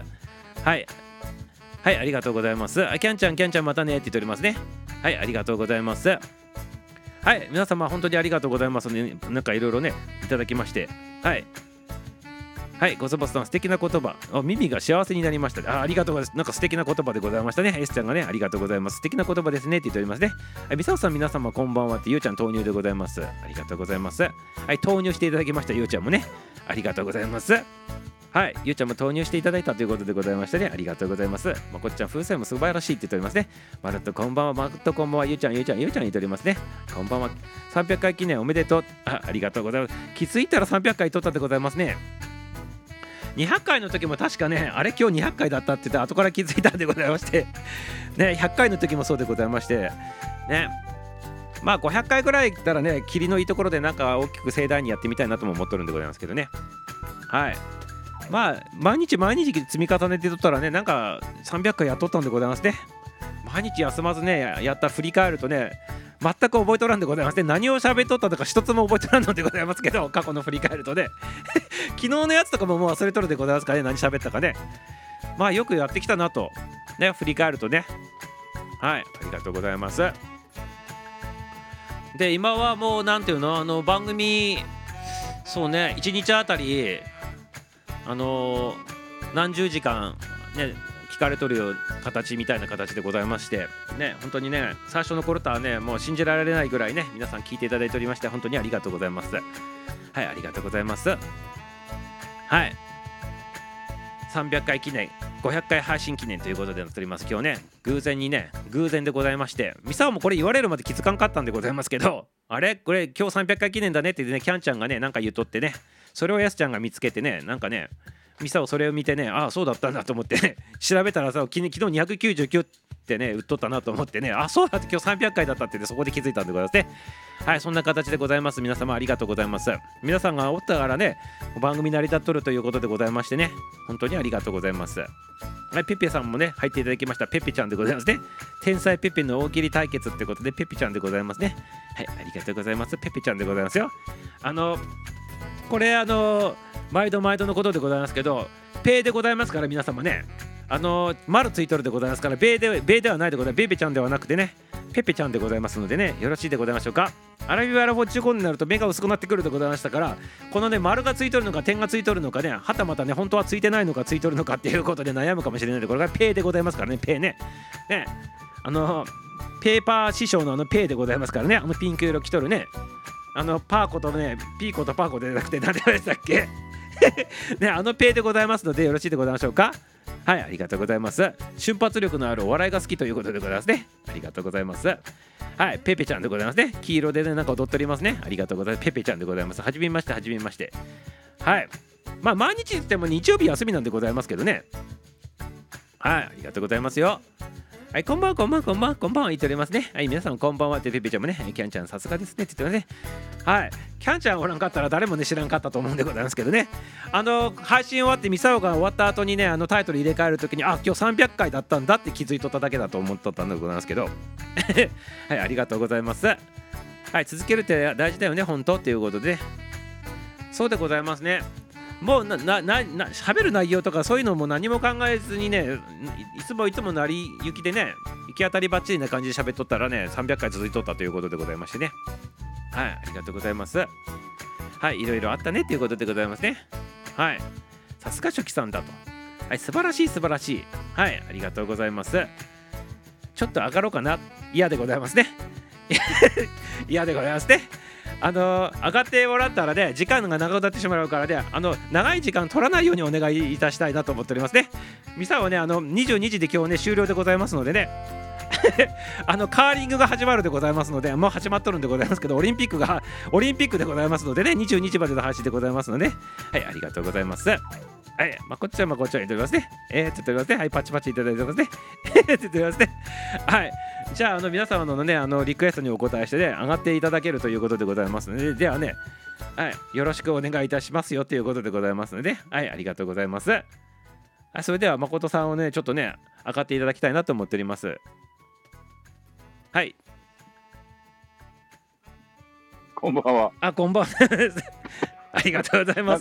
ありがとうございます。キャンちゃんまたねって言っておりますね。はい、ありがとうございます。はい、皆様本当にありがとうございますね。なんかいろいろねいただきまして、はい、ゴスボスさん素敵な言葉、耳が幸せになりました。ありがとうございます。なんか素敵な言葉でございましたね。S ちゃんがね、ありがとうございます。素敵な言葉ですねって言っておりますね。みさおさん、皆様こんばんはってゆうちゃん投入でございます。ありがとうございます。はい、投入していただきましたゆうちゃんもね、ありがとうございます。はい、ゆうちゃんも投入していただいたということでございましてね、ありがとうございます。まこっちゃん風船も素晴らしいって言っておりますね。まるっとこんばんは、まるっとこんばんは、ゆうちゃん言っておりますね。こんばんは。300回記念おめでとう。ありがとうございます。気づいたら300回取ったでございますね。200回の時も確かね、あれ今日200回だったって言って後から気づいたんでございましてね、100回の時もそうでございましてね、まあ500回ぐらいいったらね、霧のいいところでなんか大きく盛大にやってみたいなとも思っとるんでございますけどね。はい、まあ毎日積み重ねてとったらね、なんか300回やっとったんでございますね。毎日休まずねやった振り返るとね、全く覚えとらんでございますね。何を喋っとったとか一つも覚えとらんのでございますけど、過去の振り返るとね昨日のやつとかももう忘れとるでございますからね、何喋ったかね。まあよくやってきたなとね、振り返るとね。はい、ありがとうございます。で今はもうなんていうの、番組そうね、1日あたり何十時間ね聞かれとるよう形みたいな形でございましてね、本当にね最初の頃とはねもう信じられないぐらいね皆さん聞いていただいておりまして、本当にありがとうございます。はい、ありがとうございます。はい、300回記念500回配信記念ということでなっております。今日ね偶然でございまして、ミサオもこれ言われるまで気づかんかったんでございますけど、あれこれ今日300回記念だねって言ってね、キャンちゃんがねなんか言っとってね、それをヤスちゃんが見つけてね、なんかねミサオそれを見てね、ああそうだったんだと思ってね調べたらさ、昨日299ってね売っとったなと思ってね、あそうだって今日300回だったってね、そこで気づいたんでございますね。はい、そんな形でございます。皆様ありがとうございます。皆さんがおったからね番組成り立っとるということでございましてね、本当にありがとうございます。はい、ペペさんもね入っていただきました。ペペちゃんでございますね。天才ペペの大喜利対決ってことでペペちゃんでございますね。はい、ありがとうございます。ペペちゃんでございますよ。これ毎度のことでございますけど、ペイでございますから皆様ね、丸ついとるでございますから、ベイではないでございます。ベイベちゃんではなくてね、ペペちゃんでございますのでね、よろしいでございましょうか。アラビアラフォ15になると目が薄くなってくるでございましたから、このね丸がついとるのか点がついとるのかね、はたまたね本当はついてないのかついとるのかっていうことで悩むかもしれないので、これがペイでございますからね。ペイね、ペーパー師匠のペイでございますからね、ピンク色着とるね、パーコとねピーコとパーコでなくて何でしたっけね、ペイでございますのでよろしいでございましょうか。はい、ありがとうございます。瞬発力のあるお笑いが好きということでございますね。ありがとうございます。はい、ペペちゃんでございますね。黄色でねなんか踊っておりますね。ありがとうございます。ペペちゃんでございます。はじめまして。はい、まあ毎日言っても日曜日休みなんでございますけどね。はい、ありがとうございますよ。はい、こんばんは言っておりますね。はい、皆さんこんばんはってペペちゃんもね、キャンちゃんさすがですねって言ってますね。 はい、キャンちゃんおらんかったら誰もね知らんかったと思うんでございますけどね、配信終わってミサオが終わった後にねタイトル入れ替えるときに今日300回だったんだって気づいとっただけだと思っとったんでございますけどはい、ありがとうございます。はい、続けるって大事だよね本当っていうことで、そうでございますね。もう喋る内容とかそういうのも何も考えずにね、いつも成り行きでね、行き当たりばっちりな感じで喋っとったらね300回続いとったということでございましてね、はい、ありがとうございます。はい、いろいろあったねということでございますね。はい、さすが初期さんだと。はい、素晴らしい素晴らしい。はい、ありがとうございます。ちょっと上がろうかな。嫌でございますね。嫌でございますね。上がってもらったらね、時間が長くなってしまうからね、長い時間取らないようにお願いいたしたいなと思っておりますね。ミサはね、22時で今日ね終了でございますのでね。カーリングが始まるでございますので、もう始まっとるんでございますけど、オリンピックでございますのでね、22時までの配信でございますので、はい、ありがとうございます。はい、こっちは言っておりますね。ちょっとますね。はい、パチパチいただいてますね。ちょっと言いますね。はい。じゃあ、皆様のね、リクエストにお答えしてね、上がっていただけるということでございますので、ではね、はい、よろしくお願いいたしますよということでございますので、はい、ありがとうございます。はい、それでは、誠さんをね、ちょっとね、上がっていただきたいなと思っております。はい。 こんばんは。 こんばんは。ありがとうございます。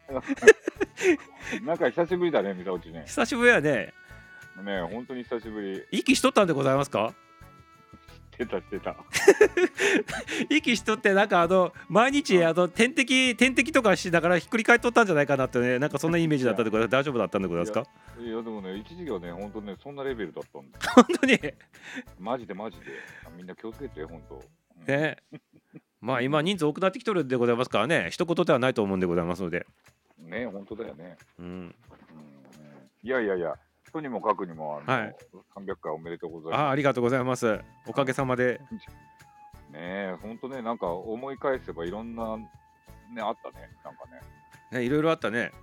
なんか久しぶりだね、みさおちね。 久しぶりやね。 ね、本当に久しぶり。 息しとったんでございますか？ してた。 息しとってなんか毎日点滴とかしながらひっくり返っとったんじゃないかなってね、なんかそんなイメージだったんでございます。大丈夫だったんでございますか？ いやでもね、一時期はね、本当ね、そんなレベルだったんです。 本当にマジでみんな気をつけて本当。 ね。まあ今人数多くなってきとるんでございますからね、一言ではないと思うんでございますので。 ね、本当だよね。いや。とにもかくにもはい、 300回おめでとうございます。 ありがとうございます。おかげさまで。 ね、本当ね、なんか思い返せばいろんなねあったね、なんかね。 ね、いろいろあったね。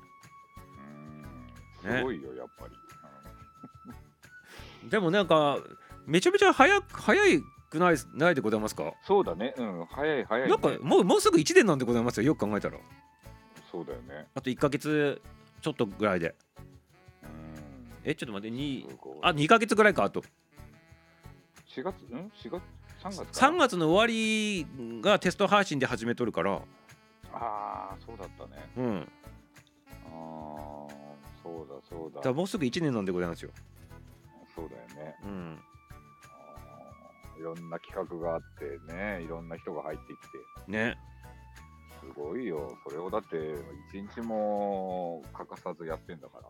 すごいよ、やっぱり。でもなんかめちゃめちゃ早くないでございますか？ そうだね、早い、ね。 なんかもうすぐ1年なんでございますよ、よく考えたら。 そうだよね。 あと1ヶ月ちょっとぐらいで。ちょっと待って、2ヶ月ぐらいか。あと 4月 3月の終わりがテスト配信で始めとるから。 そうだったね。そうだ。 もうすぐ1年なんでございますよ。 そうだよね。いろんな企画があってね、いろんな人が入ってきてね。 すごいよ。それをだって一日も欠かさずやってんだから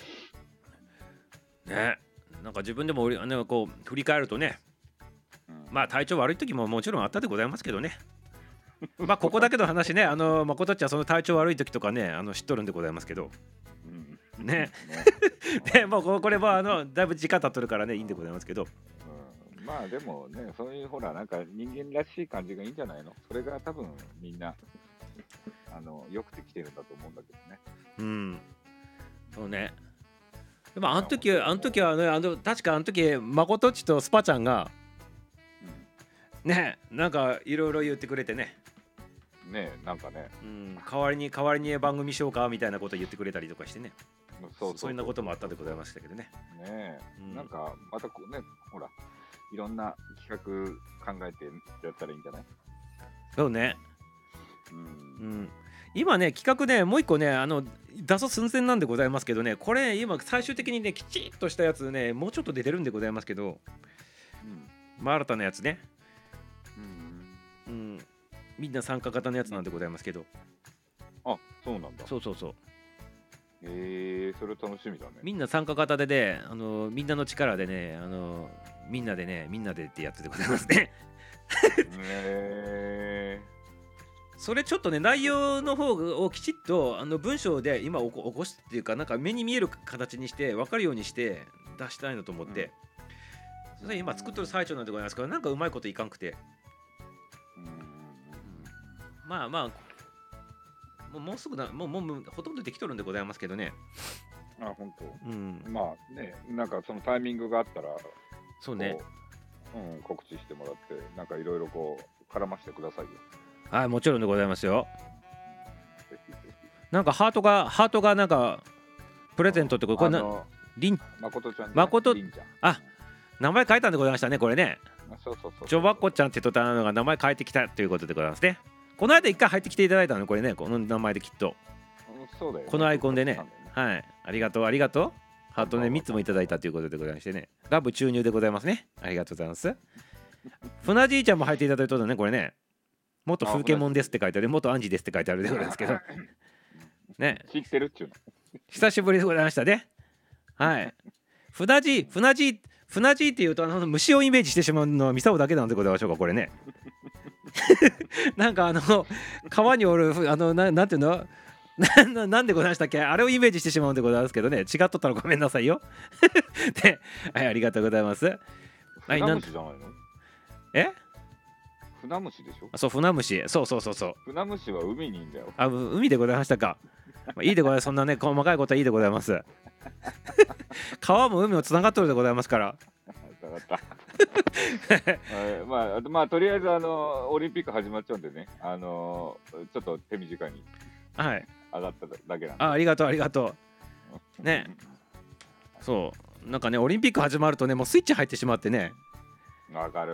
ね。なんか自分でもこう振り返るとね、まあ体調悪い時ももちろんあったでございますけどね。まあここだけの話ね、誠っちゃんその体調悪い時とかね知っとるんでございますけど、ね。でもうこれもだいぶ時間経っとるからねいいんでございますけど、 まあでもね、そういうほらなんか人間らしい感じがいいんじゃないの。それが多分みんなよくできてるんだと思うんだけどね。 そうね。でもあの時はね、確かあの時誠っちとスパちゃんがね、なんかいろいろ言ってくれてね。 なんかね、 代わりに番組しようかみたいなこと言ってくれたりとかしてね。そういうなこともあったでございましたけどね。 なんかまたね、ほらいろんな企画考えてやったらいいんじゃない？ そうね。今ね企画ねもう一個ね出す寸前なんでございますけどね、これ今最終的にねきちっとしたやつねもうちょっと出てるんでございますけど、新たなやつね。みんな参加型のやつなんでございますけど。 そうなんだ。 そう。 それ楽しみだね。 みんな参加型でね、みんなの力でね、みんなでってやつでございますね。それちょっとね内容の方をきちっと文章で今起こすっていうか、なんか目に見える形にして分かるようにして出したいなと思って、それ今作ってる最中なんでございますけど、なんかうまいこといかんくて、まあもうすぐもうほとんどできとるんでございますけどね。 本当。まあね、なんかそのタイミングがあったらそうね、 告知してもらって、なんかいろいろこう絡ましてくださいよ。 はい、もちろんでございますよ。 ぜひぜひ。 なんかハートがなんかプレゼントってこれりん誠ちゃんね。 誠りんちゃん。 あ、名前書いたんでございましたね、これね。 そうそうそう。 ジョバッコちゃんって言っとったのが名前変えてきたということでございますね。この間一回入ってきていただいたのこれね、この名前できっと。 そうだよね。 このアイコンでねそうだね。 はい、ありがとうありがとう。ハートね3つもいただいたということでございましてね。ラブ注入でございますね。ありがとうございます。船じいちゃんも入っていただいたのね、これね。元風景もんですって書いてある、元アンジですって書いてあるでございますけど。ね、 知ってるっちゅうの。 久しぶりでございましたね。はい。船じいっていうと虫をイメージしてしまうのはミサオだけなんでございましょうか、これね。なんか川におるなんていうのなんでございましたっけ、あれをイメージしてしまうんでございますけどね、違っとったらごめんなさいよ。で、はい、ありがとうございます。はい、 船虫じゃないの？ え？ 船虫でしょ？ そう、船虫、そう。 船虫は海にいんだよ。 あ、海でございましたか。いいでございます。そんなね、細かいことはいいでございます。川も海もつながっとるでございますから。 わかった。まあとりあえずオリンピック始まっちゃうんでね、ちょっと手短にはい。 上がっただけなんで。 ありがとう。ね。そう。なんかね、オリンピック始まるとね、もうスイッチ入ってしまってね。 わかる。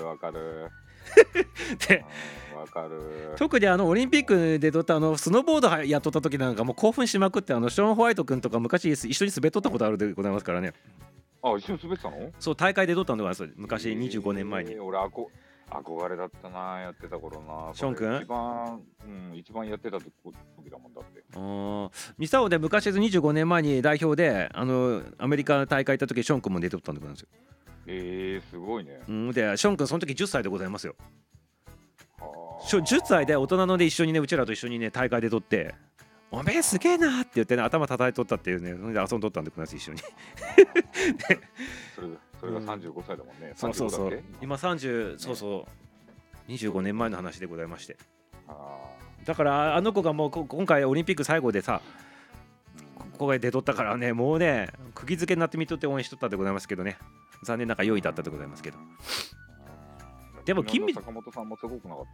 で、 わかる。 特にオリンピックで撮ったスノーボードやっとった時なんかもう興奮しまくって、ショーン・ホワイト君とか昔一緒に滑っとったことあるでございますからね。 あ、一緒に滑ってたの？ そう、大会で撮ったんでございます。昔25年前に。 俺憧れだったな、やってた頃な。 ショーン君？ 一番やってた時だもんだって。 ミサオで昔25年前に代表でアメリカ大会行った時ショーン君も出てったんでございますよ。 すごいね。 でショーン君その時10歳でございますよ。10歳で大人ので一緒にね、うちらと一緒にね大会で撮って、おめえすげえなって言ってね、頭叩いとったっていうね、それで遊んどったんでございます一緒に。 それが35歳だもんね。 そう。今30、そう、25年前の話でございまして。だから子がもう今回オリンピック最後でさ、ここが出とったからね、もうね釘付けになって見とって応援しとったでございますけどね、残念ながら4位だったでございますけど。でも金メダル、 坂本さんもすごくなかった？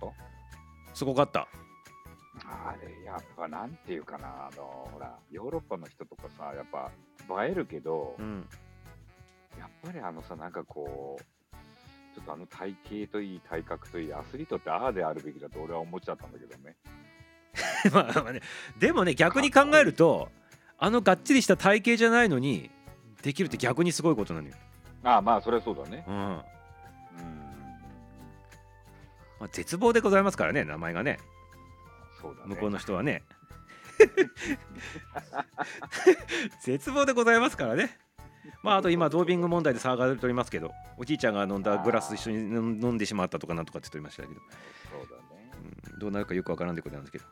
すごかった。 あれやっぱなんていうかな、ほらヨーロッパの人とかさ、やっぱ映えるけど、やっぱりさ、なんかこうちょっと体型といい体格といいアスリートってああであるべきだと俺は思っちゃったんだけどね。 まあね、でもね、逆に考えるとがっちりした体型じゃないのにできるって逆にすごいことなのよ。 まあそれはそうだね。 まあ、絶望でございますからね、名前がね。 そうだね、 向こうの人はね。絶望でございますからね。まああと今ドーピング問題で騒がれておりますけど、おじいちゃんが飲んだグラス一緒に飲んでしまったとかなんとかって言っておりましたけど、 そうだね、 どうなるかよくわからんでございますけど、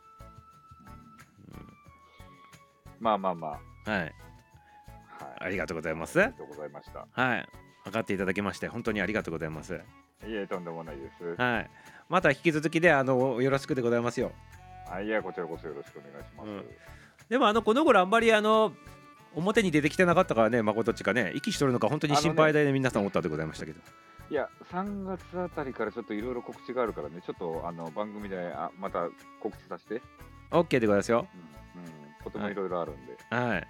まあはい、ありがとうございます。 ありがとうございました。 はい、上がっていただきまして本当にありがとうございます。 いえ、とんでもないです。 はい、また引き続きでよろしくでございますよ。 いや、こちらこそよろしくお願いします。 でもこの頃あんまり表に出てきてなかったからね、誠っちがね息しとるのか本当に心配で、皆さん思ったでございましたけど、 いや、3月あたりからちょっといろいろ告知があるからね、ちょっと番組でまた告知させて。 OK でございますよ。 とてもいろいろあるんで、 はい、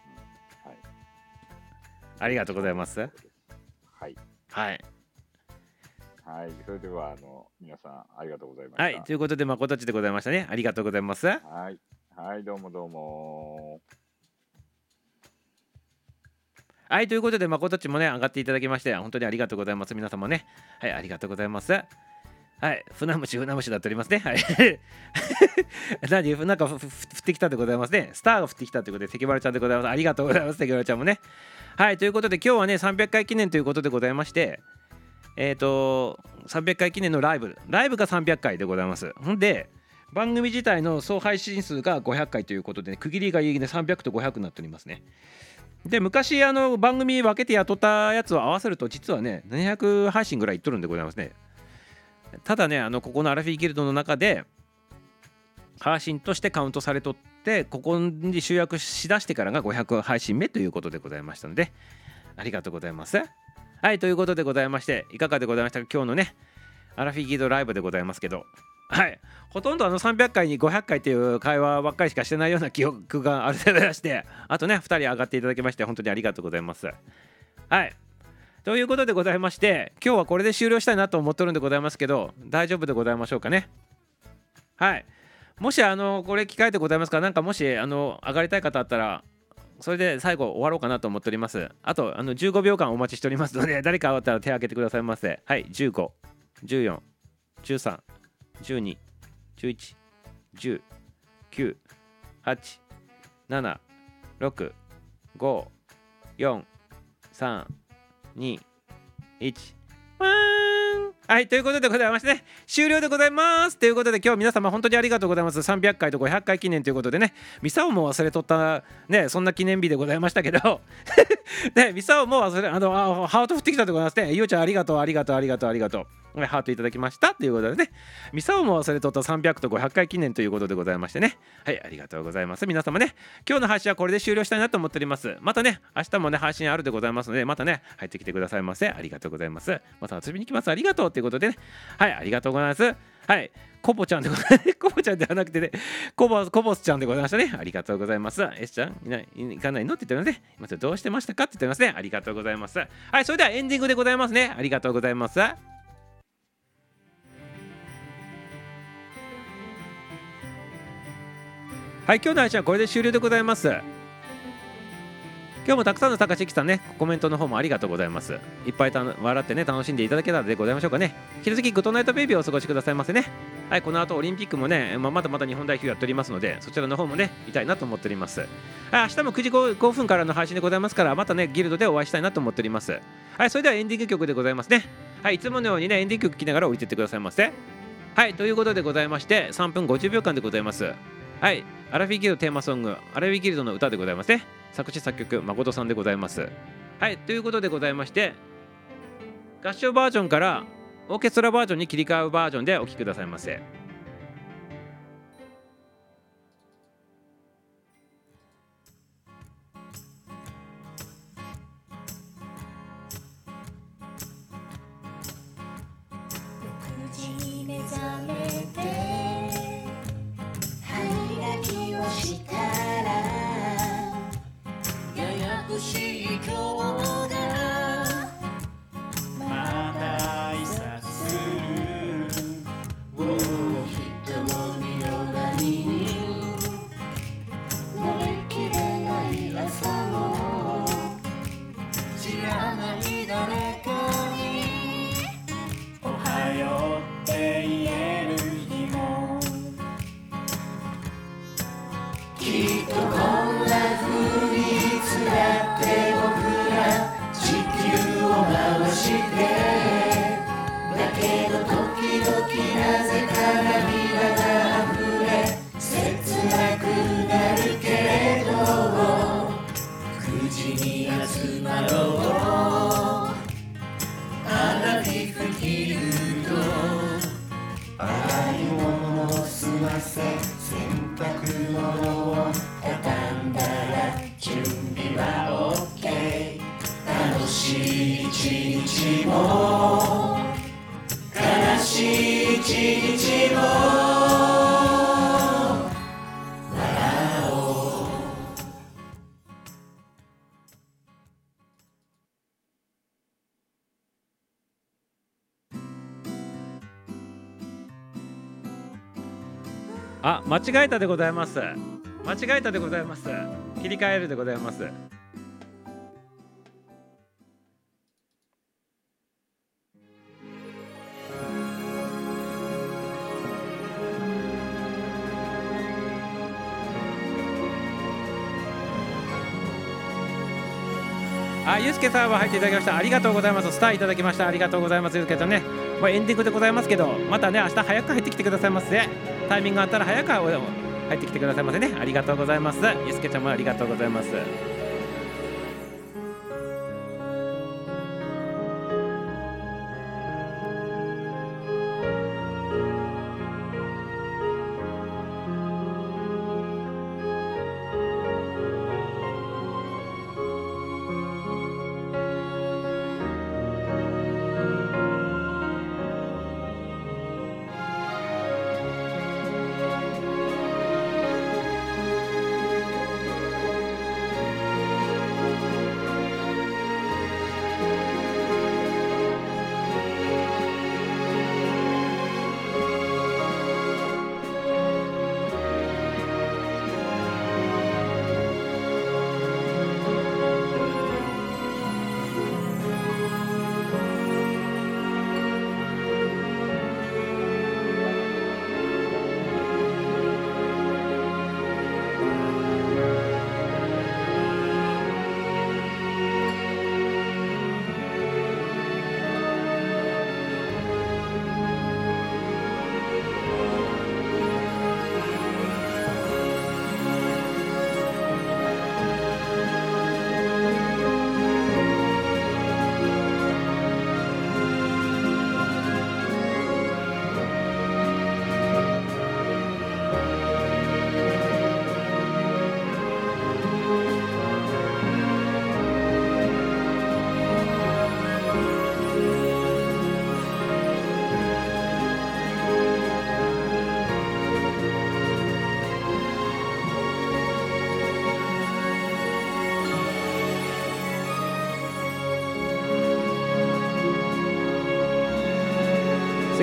ありがとうございます。はい、 それでは皆さんありがとうございました。 はい、ということで誠っちでございましたね。ありがとうございます。 はい、どうも。 はい、ということで誠っちもね上がっていただきまして本当にありがとうございます。皆様ね、はい、ありがとうございます。はい、船虫だっておりますね。はい。なんか降ってきたでございますね。スターが降ってきたということで関原ちゃんでございます。ありがとうございます関原ちゃんもね。はい、ということで今日はね300回記念ということでございまして、300回記念のライブが300回でございます。ほんで番組自体の総配信数が500回ということで、ね、区切りがいいね、300と500になっておりますね。で昔番組分けて雇ったやつを合わせると実はね700配信ぐらいいっとるんでございますね。ただねここのアラフィーギルドの中で配信としてカウントされとって、ここに集約しだしてからが500配信目ということでございましたので、ありがとうございます。はい、ということでございまして、いかがでございましたか。今日のねアラフィーギルドライブでございますけど、 はい、ほとんど300回に500回っていう会話ばっかりしかしてないような記憶がある程度出して、あとね2人上がっていただきまして本当にありがとうございます。はい、ということでございまして、今日はこれで終了したいなと思ってるんでございますけど、大丈夫でございましょうかね。はい、もしこれ機会でございますから、なんかもし上がりたい方あったらそれで最後終わろうかなと思っております。あと15秒間お待ちしておりますので、誰かあったら手を挙げてくださいませ。はい、15、14、13、12、11、10、9、8、7、6、5、4、3、2、1。はい、ということでございましてね、終了でございます。ということで今日皆様本当にありがとうございます。300回と500回記念ということでね、ミサオも忘れとったね、そんな記念日でございましたけどね、ミサオも忘れハート振ってきたでございますね。ゆうちゃんありがとうありがとうありがとうありがとう。ハートいただきましたということでね、ミサオも忘れとった300と500回記念ということでございましてね、はい、ありがとうございます。皆様ね、今日の配信はこれで終了したいなと思っております。またね、明日もね配信あるでございますので、またね入ってきてくださいませ。ありがとうございます。また遊びに来ます。ありがとうということでね、はい、ありがとうございます。はい、コボちゃんでございます。コボちゃんではなくてね、コボスちゃんでございましたね。ありがとうございます。S ちゃん行かないのって言ってますね。まずどうしてましたかって言ってますね。ありがとうございます。はい、それではエンディングでございますね。ありがとうございます。はい、今日の配信はこれで終了でございます。今日もたくさんの高知さんね、コメントの方もありがとうございます。いっぱい笑ってね、楽しんでいただけたらでございましょうかね。引き続きグッドナイトベイビーをお過ごしくださいませね。はい、この後オリンピックもね、まだまだ日本代表やっておりますので、そちらの方もね、見たいなと思っております。はい、明日も9時5分からの配信でございますから、またね、ギルドでお会いしたいなと思っております。はい、それではエンディング曲でございますね。はい、いつものようにね、エンディング曲聴きながら降りてってくださいませ。はい、ということでございまして、3分50秒間でございます。はい、アラフィギルドテーマソング、アラフィギルドの歌でございますね。作詞作曲誠さんでございます。はい、ということでございまして、合唱バージョンからオーケストラバージョンに切り替わるバージョンでお聴きくださいませ。あ、間違えたでございます。間違えたでございます。切り替えるでございます。あ、ゆうすけさんは入っていただきました。ありがとうございます。スターいただきました。ありがとうございます。ゆうすけちゃんね、エンディングでございますけど、またね、明日早く入ってきてくださいませ。タイミングがあったら早く入ってきてくださいませね。ありがとうございます。ゆうすけちゃんもありがとうございます。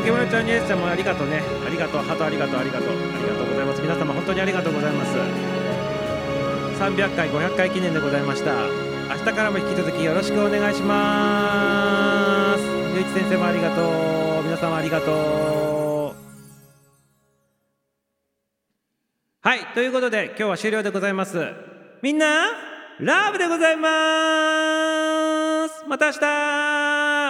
ゆきもよちゃんにえつちゃんもありがとうね。ありがとう。ハートありがとう。ありがとう。ありがとうございます。皆様本当にありがとうございます。300回500回記念でございました。明日からも引き続きよろしくお願いします。ゆういち先生もありがとう。皆様ありがとう。はい、ということで今日は終了でございます。みんなラブでございます。また明日。